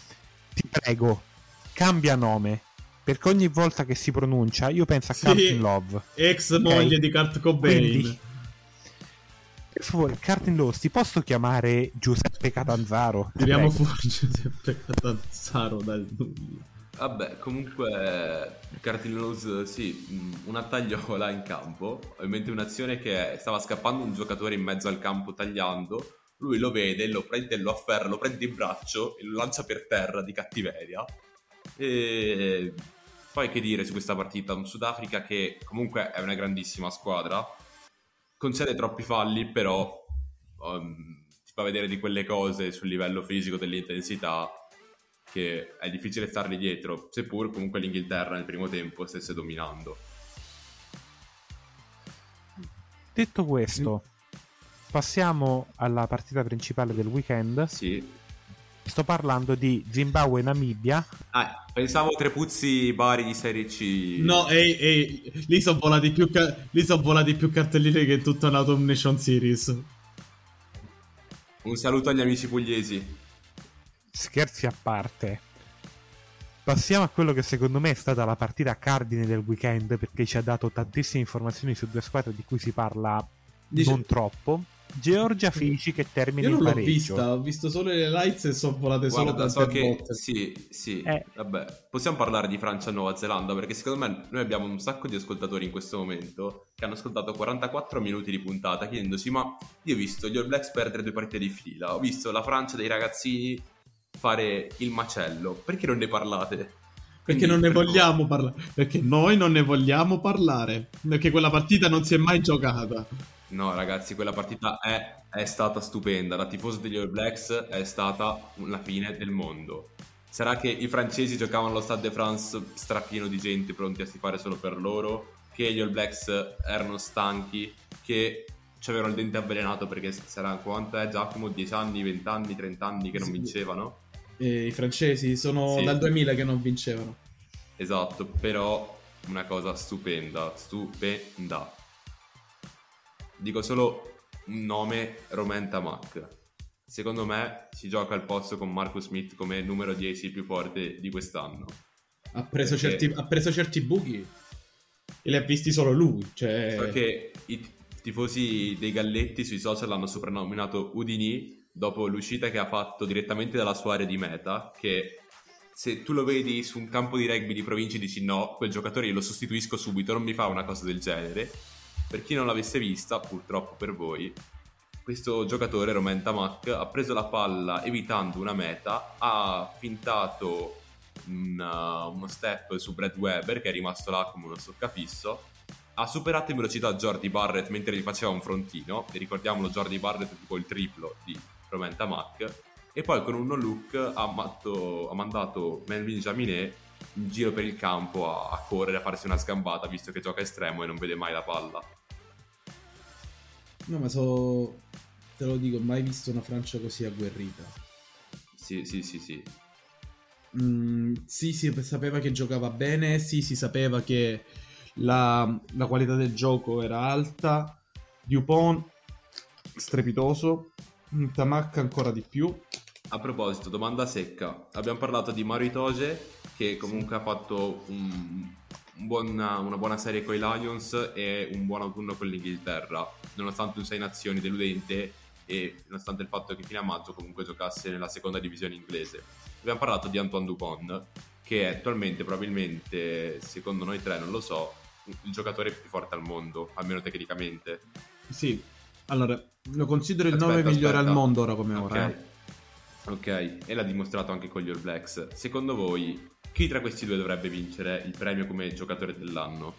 cambia nome, perché ogni volta che si pronuncia io penso a Courtney Love, ex moglie di Kurt Cobain. Quindi, per favore, Courtney Love, ti posso chiamare Giuseppe Catanzaro? Tiriamo fuori Giuseppe Catanzaro dal nulla. Vabbè, comunque Cartinos, sì, una tagliola in campo, ovviamente un'azione che stava scappando un giocatore in mezzo al campo tagliando, lui lo vede, lo prende, lo afferra, lo prende in braccio e lo lancia per terra di cattiveria. E poi che dire su questa partita? Un Sudafrica che comunque è una grandissima squadra, concede troppi falli, però ti fa vedere di quelle cose sul livello fisico, dell'intensità, che è difficile starli dietro, seppur comunque l'Inghilterra nel primo tempo stesse dominando. Detto questo, passiamo alla partita principale del weekend. Sì. Sto parlando di Zimbabwe-Namibia. Pensavo Trepuzzi Bari di Serie C. No, lì sono volati più cartelline che in tutta una Autumn Nation Series. Un saluto agli amici pugliesi. Scherzi a parte, passiamo a quello che secondo me è stata la partita cardine del weekend, perché ci ha dato tantissime informazioni su 2 squadre di cui si parla non troppo. Georgia-Fiji che termina Io in non l'ho pareggio. vista, ho visto solo le lights e sono volate solo Guarda, tante so che botte. sì, vabbè, possiamo parlare di Francia e Nuova Zelanda, perché secondo me noi abbiamo un sacco di ascoltatori in questo momento che hanno ascoltato 44 minuti di puntata chiedendosi: ma io ho visto gli All Blacks perdere 2 partite di fila, ho visto la Francia dei ragazzini fare il macello, perché non ne parlate? Perché non ne vogliamo parlare. Perché noi non ne vogliamo parlare. Perché quella partita non si è mai giocata. No, ragazzi, quella partita è stata stupenda. Da tifoso degli All Blacks è stata la fine del mondo. Sarà che i francesi giocavano allo Stade de France strapieno di gente pronti a stifare solo per loro, che gli All Blacks erano stanchi, che avevano il dente avvelenato perché sarà quanto è Giacomo? 10 anni, 20 anni, 30 anni che non vincevano? E i francesi sono Sì. dal 2000 che non vincevano. Esatto, però una cosa stupenda. Dico solo un nome: Romain Tamac. Secondo me si gioca al posto con Marcus Smith come numero 10 più forte di quest'anno. Ha preso, Perché- ha preso certi buchi e li ha visti solo lui. Cioè... So che i tifosi dei Galletti sui social l'hanno soprannominato Udini dopo l'uscita che ha fatto direttamente dalla sua area di meta, che se tu lo vedi su un campo di rugby di provincia dici: no, quel giocatore io lo sostituisco subito, non mi fa una cosa del genere. Per chi non l'avesse vista, purtroppo per voi, questo giocatore, Romain Tamac, ha preso la palla evitando una meta, ha fintato uno step su Brad Weber che è rimasto là come uno stoccafisso, ha superato in velocità Jordi Barrett mentre gli faceva un frontino, e ricordiamolo, Jordi Barrett è tipo il triplo di Romain Tamac, e poi con un no look ha mandato Melvin Jaminet in giro per il campo a correre, a farsi una sgambata, visto che gioca estremo e non vede mai la palla. No, ma te lo dico, mai visto una Francia così agguerrita. Sì. Sì, si sapeva che giocava bene, sì, si sapeva che la qualità del gioco era alta. Dupont strepitoso, Tamac ancora di più. A proposito, domanda secca. Abbiamo parlato di Mario Itoje, che comunque ha fatto una buona serie con i Lions e un buon autunno con l'Inghilterra, nonostante un 6 nazioni deludente e nonostante il fatto che fino a maggio comunque giocasse nella seconda divisione inglese. Abbiamo parlato di Antoine Dupont, che è attualmente probabilmente, secondo noi tre, non lo so, il giocatore più forte al mondo, almeno tecnicamente. Sì, allora lo considero il 9 migliore al mondo ora come ora. Ok, e l'ha dimostrato anche con gli All Blacks. Secondo voi, chi tra questi due dovrebbe vincere il premio come giocatore dell'anno?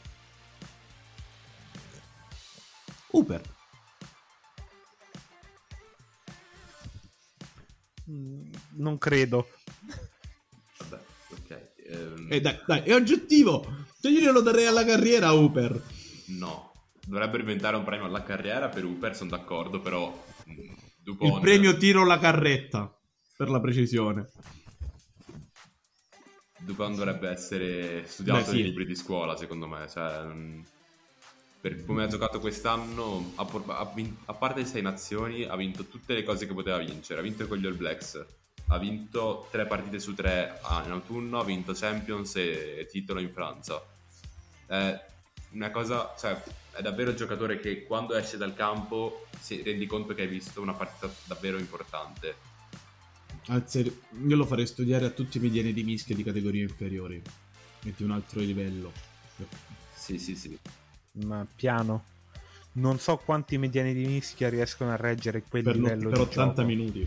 Hooper. Non credo. Vabbè, ok. Dai, è oggettivo. Cioè, io glielo darei alla carriera a Hooper. No, dovrebbero inventare un premio alla carriera per Hooper, sono d'accordo, però Dupont... Il premio tiro la carretta, per la precisione. Dupont dovrebbe essere studiato nei sì. libri di scuola, secondo me. Cioè, per come ha giocato quest'anno, a parte le 6 nazioni, ha vinto tutte le cose che poteva vincere. Ha vinto con gli All Blacks, ha vinto 3 partite su 3 in autunno, ha vinto Champions e titolo in Francia. È una cosa, cioè, è davvero il giocatore che quando esce dal campo si rendi conto che hai visto una partita davvero importante. Anzi, io lo farei studiare a tutti i mediani di mischia di categorie inferiori. Metti un altro livello. Sì. Ma piano. Non so quanti mediani di mischia riescono a reggere quel livello per di 80 gioco. minuti.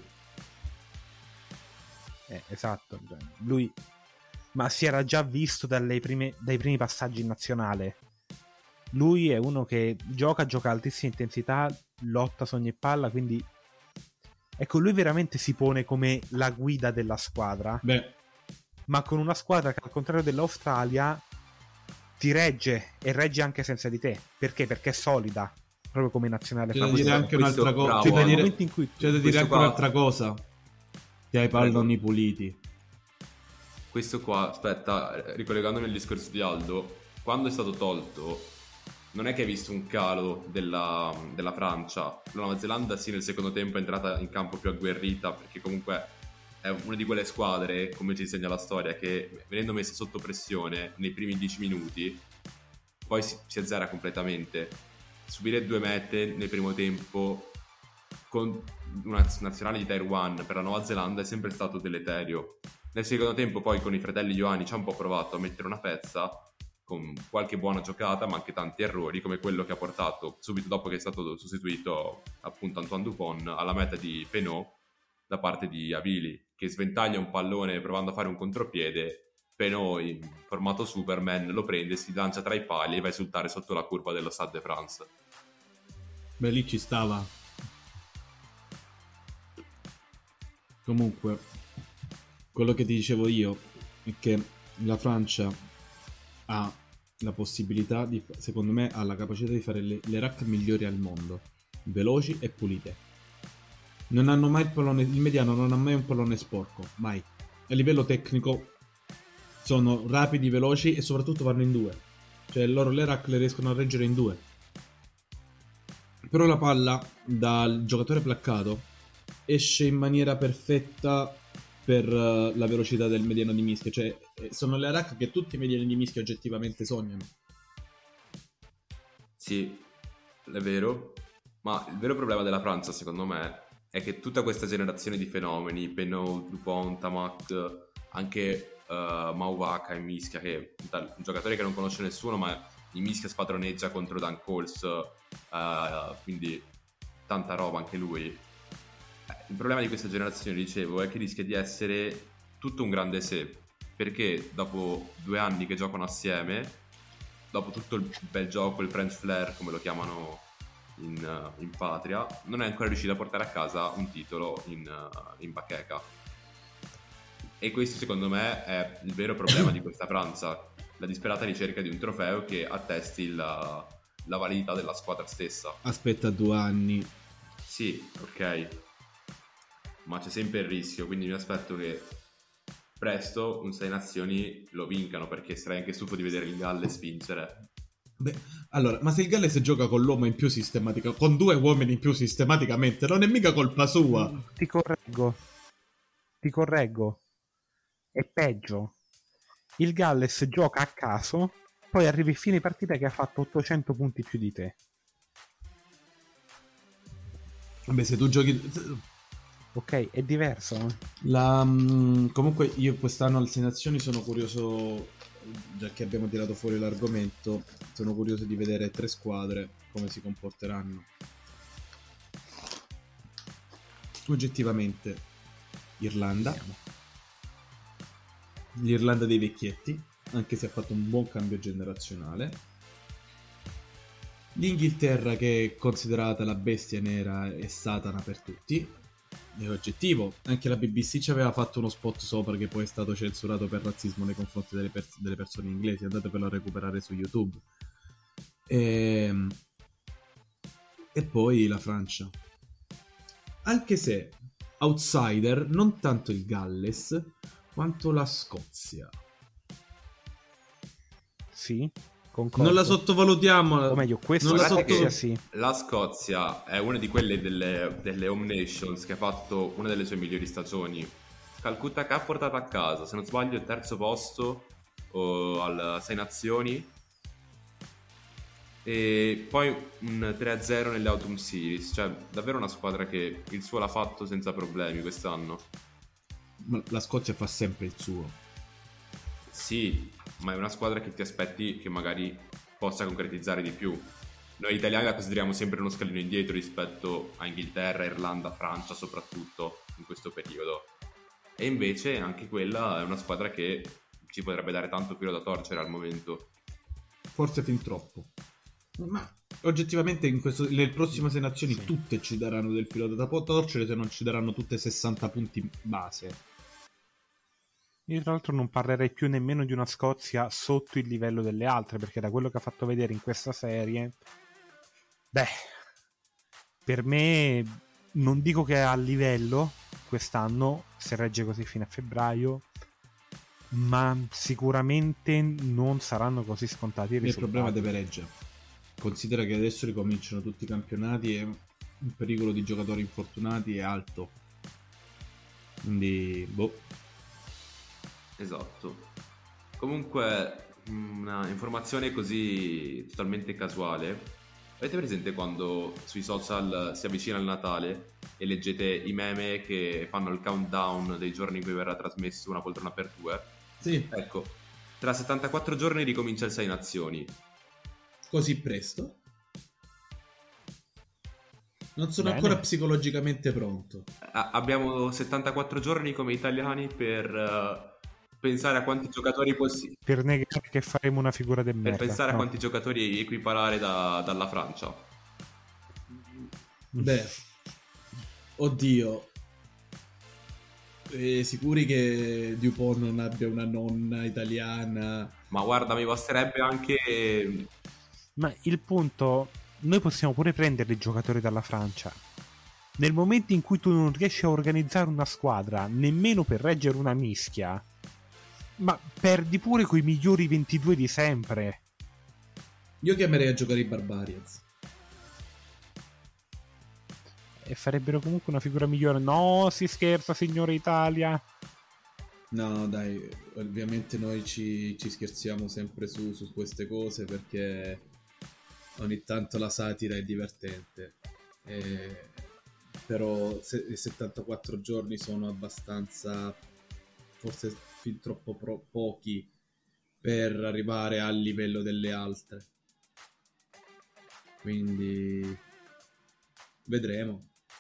Esatto. Lui, ma si era già visto dai primi passaggi in nazionale. Lui è uno che gioca a altissima intensità, lotta su ogni palla, quindi ecco, lui veramente si pone come la guida della squadra. Beh, ma con una squadra che al contrario dell'Australia ti regge, e regge anche senza di te. Perché? Perché è solida, proprio come nazionale. c'è da dire anche un'altra cosa. bravo, C'è da dire, momento in cui c'è da dire questo anche qua- un'altra cosa. Che hai palloni puliti. Questo qua, aspetta, ricollegandomi al discorso di Aldo, quando è stato tolto, non è che hai visto un calo della Francia. La Nuova Zelanda sì, nel secondo tempo è entrata in campo più agguerrita, perché comunque è una di quelle squadre, come ci insegna la storia, che venendo messa sotto pressione nei primi 10 minuti poi si azzera completamente. Subire 2 mete nel primo tempo con una nazionale di Taiwan per la Nuova Zelanda è sempre stato deleterio. Nel secondo tempo poi con i fratelli Ioani ci ha un po' provato a mettere una pezza con qualche buona giocata ma anche tanti errori, come quello che ha portato subito dopo che è stato sostituito appunto Antoine Dupont alla meta di Penaud da parte di Avili, che sventaglia un pallone provando a fare un contropiede. Penaud in formato Superman lo prende, si lancia tra i pali e va a esultare sotto la curva dello Stade de France. Beh, lì ci stava. Comunque, quello che ti dicevo io è che la Francia ha la possibilità di, secondo me, ha la capacità di fare le rack migliori al mondo, veloci e pulite. Non hanno mai il pallone, il mediano non ha mai un pallone sporco, mai. A livello tecnico sono rapidi, veloci e soprattutto vanno in due. Cioè loro le rack le riescono a reggere in due. Però la palla dal giocatore placcato esce in maniera perfetta per la velocità del mediano di mischia. Cioè sono le rack che tutti i mediani di mischia oggettivamente sognano. Sì, è vero, ma il vero problema della Francia secondo me è che tutta questa generazione di fenomeni, Penaud, Dupont, Tamac, anche Mauvaka in mischia, che è un giocatore che non conosce nessuno ma in mischia spadroneggia contro Dan Coles, quindi tanta roba anche lui. Il problema di questa generazione, dicevo, è che rischia di essere tutto un grande sé, perché dopo 2 anni che giocano assieme, dopo tutto il bel gioco, il French flair come lo chiamano in patria, non è ancora riuscito a portare a casa un titolo in bacheca. E questo secondo me è il vero problema di questa Francia, la disperata ricerca di un trofeo che attesti la validità della squadra stessa. Aspetta 2 anni. Sì, ok, ma c'è sempre il rischio, quindi mi aspetto che presto un 6 nazioni lo vincano, perché sarei anche stufo di vedere il Galles vincere. Beh, allora, ma se il Galles gioca con l'uomo in più sistematica, con 2 uomini in più sistematicamente, non è mica colpa sua. Ti correggo. È peggio. Il Galles gioca a caso, poi arrivi a fine partita che ha fatto 800 punti più di te. Vabbè, se tu giochi... Ok, è diverso. Comunque io quest'anno alle 6 nazioni sono curioso, già che abbiamo tirato fuori l'argomento, sono curioso di vedere 3 squadre come si comporteranno. Oggettivamente Irlanda, l'Irlanda dei vecchietti, anche se ha fatto un buon cambio generazionale, l'Inghilterra che è considerata la bestia nera e Satana per tutti. È oggettivo, anche la BBC ci aveva fatto uno spot sopra che poi è stato censurato per razzismo nei confronti delle persone inglesi, andatevelo a recuperare su YouTube. E poi la Francia, anche se outsider non tanto il Galles quanto la Scozia. Sì, concordo. Non la sottovalutiamo, o meglio, questa non la Scozia sì. La Scozia è una di quelle delle Home Nations che ha fatto una delle sue migliori stagioni. Calcutta che ha portato a casa, se non sbaglio, il 3° posto al 6 nazioni e poi un 3-0 nelle Autumn Series. Cioè davvero una squadra che il suo l'ha fatto senza problemi quest'anno. Ma la Scozia fa sempre il suo. Sì, ma è una squadra che ti aspetti che magari possa concretizzare di più. Noi italiani la consideriamo sempre uno scalino indietro rispetto a Inghilterra, Irlanda, Francia soprattutto in questo periodo. E invece anche quella è una squadra che ci potrebbe dare tanto filo da torcere al momento. Forse fin troppo. Ma oggettivamente nelle prossime 6 nazioni sì, tutte ci daranno del filo da torcere, se non ci daranno tutte 60 punti base. Io tra l'altro non parlerei più nemmeno di una Scozia sotto il livello delle altre, perché da quello che ha fatto vedere in questa serie, per me non dico che è a livello quest'anno, se regge così fino a febbraio, ma sicuramente non saranno così scontati i risultati. Il problema deve reggere. Considera che adesso ricominciano tutti i campionati e il pericolo di giocatori infortunati è alto. Quindi, Esatto. Comunque, una informazione così totalmente casuale. Avete presente quando sui social si avvicina il Natale e leggete i meme che fanno il countdown dei giorni in cui verrà trasmesso Una poltrona per due? Sì. Ecco, tra 74 giorni ricomincia il Sei Nazioni. Così presto? Non sono Bene. ancora psicologicamente pronto. Abbiamo 74 giorni come italiani per pensare a quanti giocatori possibili. Per negare che faremo una figura de Per merda. pensare a No. quanti giocatori equiparare dalla Francia. Beh, oddio. Sicuri che Dupont non abbia una nonna italiana? Ma guarda, mi basterebbe anche... Ma il punto, noi possiamo pure prendere i giocatori dalla Francia. Nel momento in cui tu non riesci a organizzare una squadra, nemmeno per reggere una mischia, ma perdi pure coi migliori 22 di sempre. Io chiamerei a giocare i Barbarians. E farebbero comunque una figura migliore. No, si scherza, signore Italia. No, dai, ovviamente noi ci scherziamo sempre su queste cose perché ogni tanto la satira è divertente. Però 74 giorni sono abbastanza, forse fin troppo pochi per arrivare al livello delle altre. Quindi vedremo.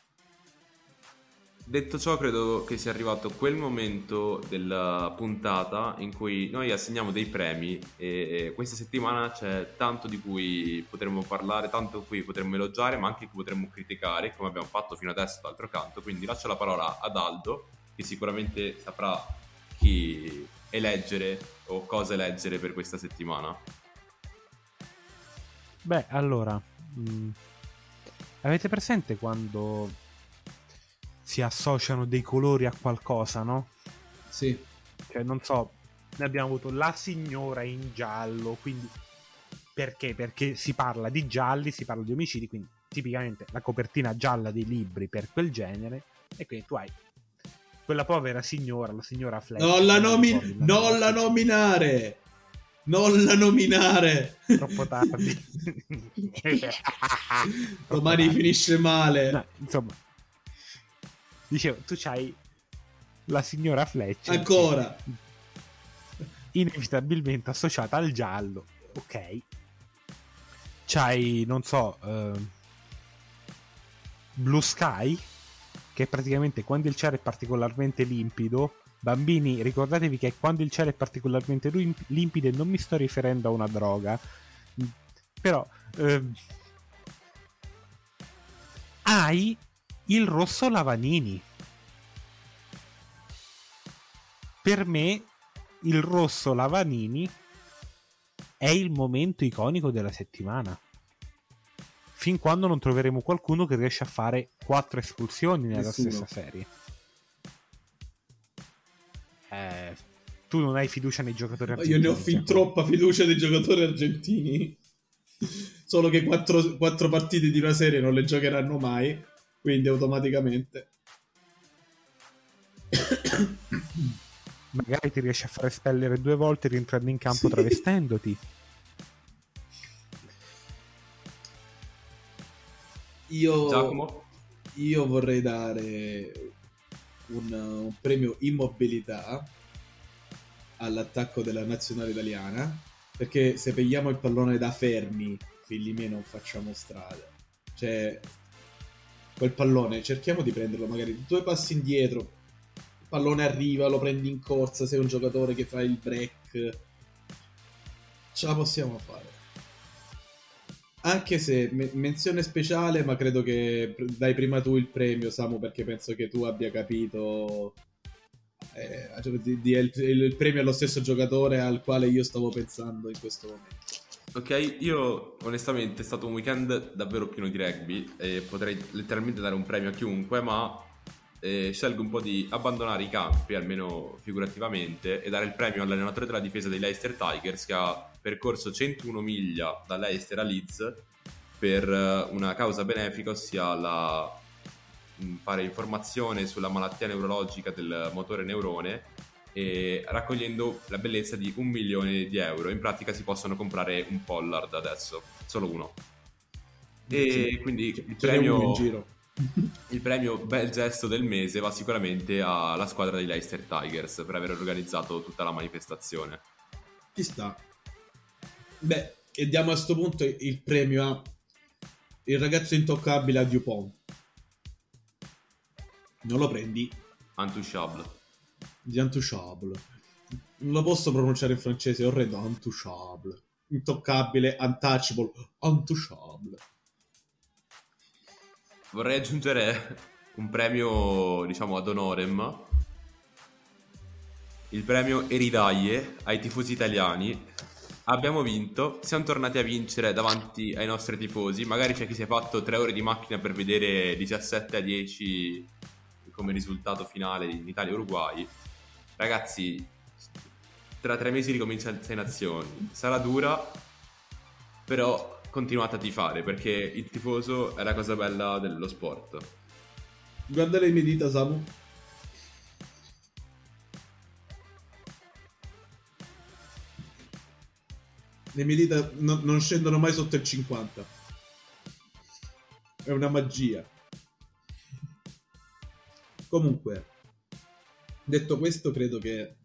Detto ciò, credo che sia arrivato quel momento della puntata in cui noi assegniamo dei premi e questa settimana c'è tanto di cui potremmo parlare, tanto di cui potremmo elogiare, ma anche che potremmo criticare, come abbiamo fatto fino adesso d'altro canto. Quindi lascio la parola ad Aldo, che sicuramente saprà chi eleggere o cosa eleggere per questa settimana. Beh, allora, avete presente quando si associano dei colori a qualcosa, no? Sì. Cioè, non so, noi abbiamo avuto la signora in giallo, quindi perché? Perché si parla di gialli, si parla di omicidi, quindi tipicamente la copertina gialla dei libri per quel genere, e quindi tu hai quella povera signora, la signora Fletch. Non la nominare! Non la nominare! Troppo tardi. Domani finisce male. No, insomma, dicevo, tu c'hai la signora Fletcher ancora inevitabilmente associata al giallo, ok? C'hai, non so, Blue Sky, che è praticamente quando il cielo è particolarmente limpido. Bambini, ricordatevi che quando il cielo è particolarmente limpido, e non mi sto riferendo a una droga, però hai il rosso Lavanini. Per me il rosso Lavanini è il momento iconico della settimana, fin quando non troveremo qualcuno che riesce a fare 4 espulsioni nella stessa serie. Tu non hai fiducia nei giocatori argentini? Io ne ho fin troppa fiducia nei giocatori argentini. Solo che 4 partite di una serie non le giocheranno mai, quindi automaticamente magari ti riesci a fare espellere 2 volte rientrando in campo, sì, travestendoti. Io vorrei dare un premio immobilità all'attacco della nazionale italiana, perché se pigliamo il pallone da fermi, figli miei, non facciamo strada. Cioè, quel pallone cerchiamo di prenderlo magari 2 passi indietro, il pallone arriva, lo prendi in corsa, sei un giocatore che fa il break, ce la possiamo fare. Anche se menzione speciale, ma credo che dai prima tu il premio, Samu, perché penso che tu abbia capito il premio allo stesso giocatore al quale io stavo pensando in questo momento. Ok, io onestamente è stato un weekend davvero pieno di rugby e potrei letteralmente dare un premio a chiunque, ma scelgo un po' di abbandonare i campi, almeno figurativamente, e dare il premio all'allenatore della difesa dei Leicester Tigers, che ha percorso 101 miglia da Leicester a Leeds per una causa benefica, ossia fare informazione sulla malattia neurologica del motore neurone, e raccogliendo la bellezza di 1 milione di euro. In pratica si possono comprare un Pollard adesso, solo uno. E quindi il premio bel gesto del mese va sicuramente alla squadra dei Leicester Tigers per aver organizzato tutta la manifestazione. Ci sta. Beh, e diamo a sto punto il premio a il ragazzo intoccabile a Dupont. Non lo prendi? Intouchable. Di Intouchable. Non lo posso pronunciare in francese, è orrendo. Intouchable. Intoccabile, untouchable, intouchable. Vorrei aggiungere un premio, diciamo, ad honorem. Il premio Eridaie ai tifosi italiani. Abbiamo vinto, siamo tornati a vincere davanti ai nostri tifosi. Magari c'è chi si è fatto 3 ore di macchina per vedere 17-10 come risultato finale in Italia-Uruguay. Ragazzi, tra 3 mesi ricomincia il 6 Nazioni. Sarà dura, però continuate a tifare, perché il tifoso è la cosa bella dello sport. Guarda le mie dita, Samu. Le mie dita non scendono mai sotto il 50. È una magia. Comunque, detto questo, credo che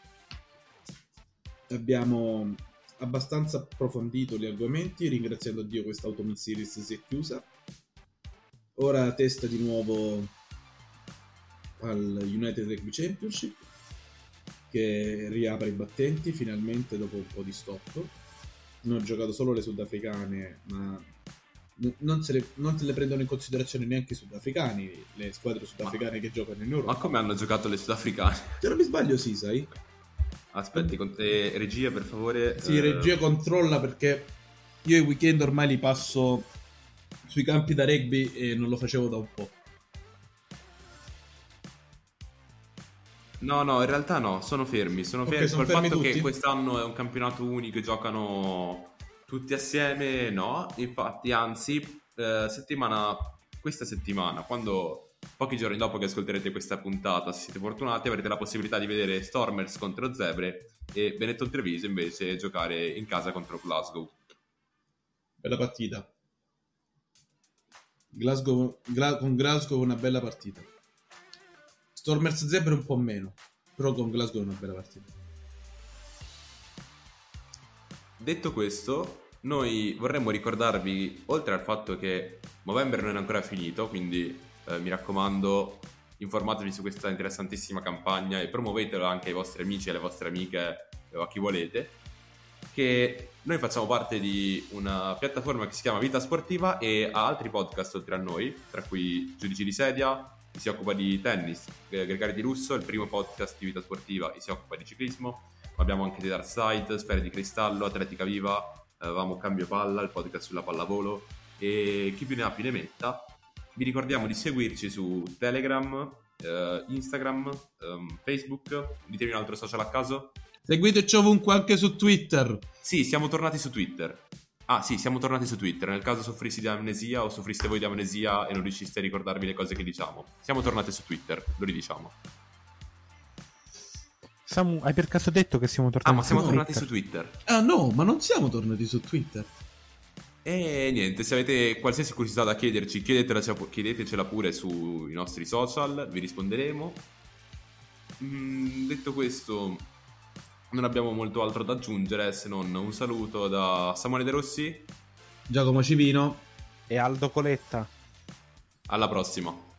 abbiamo abbastanza approfondito gli argomenti. Ringraziando Dio, questa Ultimate Series si è chiusa. Ora testa di nuovo al United Rugby Championship, che riapre i battenti finalmente dopo un po' di stop. Non ho giocato solo le sudafricane, ma non se le prendono in considerazione neanche i sudafricani, le squadre sudafricane che giocano in Europa. Ma come hanno giocato le sudafricane? Se non mi sbaglio, sì, sai? Aspetti, regia, per favore. Sì, regia controlla, perché io i weekend ormai li passo sui campi da rugby e non lo facevo da un po'. No, in realtà no, sono fermi. Sono Ok, fermi sono col fermi fatto tutti? che quest'anno è un campionato unico e giocano tutti assieme, no? Infatti, anzi, questa settimana, quando pochi giorni dopo che ascolterete questa puntata, se siete fortunati, avrete la possibilità di vedere Stormers contro Zebre e Benetton Treviso invece giocare in casa contro Glasgow. Bella partita. Con Glasgow una bella partita. Stormers Zebre un po' meno, però con Glasgow è una bella partita. Detto questo, noi vorremmo ricordarvi, oltre al fatto che Movember non è ancora finito, quindi mi raccomando, informatevi su questa interessantissima campagna e promuovetela anche ai vostri amici e alle vostre amiche o a chi volete, che noi facciamo parte di una piattaforma che si chiama Vita Sportiva e ha altri podcast oltre a noi, tra cui Giudici di Sedia, che si occupa di tennis, Gregari di Russo, il primo podcast di Vita Sportiva, che si occupa di ciclismo. Abbiamo anche The Dark Side, Sfere di Cristallo, Atletica Viva, avevamo Cambio Palla, il podcast sulla pallavolo, e chi più ne ha più ne metta. Vi ricordiamo di seguirci su Telegram, Instagram, Facebook. Ditemi un altro social a caso. Seguiteci ovunque, anche su Twitter. Sì, siamo tornati su Twitter. Sì, siamo tornati su Twitter. Nel caso soffrissi di amnesia o soffriste voi di amnesia e non riusciste a ricordarvi le cose che diciamo, siamo tornati su Twitter, lo ridiciamo. Samu, hai per caso detto che siamo tornati ma siamo su tornati Twitter? su Twitter. Ah no, ma non siamo tornati su Twitter. E niente, se avete qualsiasi curiosità da chiederci, chiedetecela pure sui nostri social, vi risponderemo. Detto questo, non abbiamo molto altro da aggiungere, se non un saluto da Samuele De Rossi, Giacomo Civino e Aldo Coletta. alla prossima.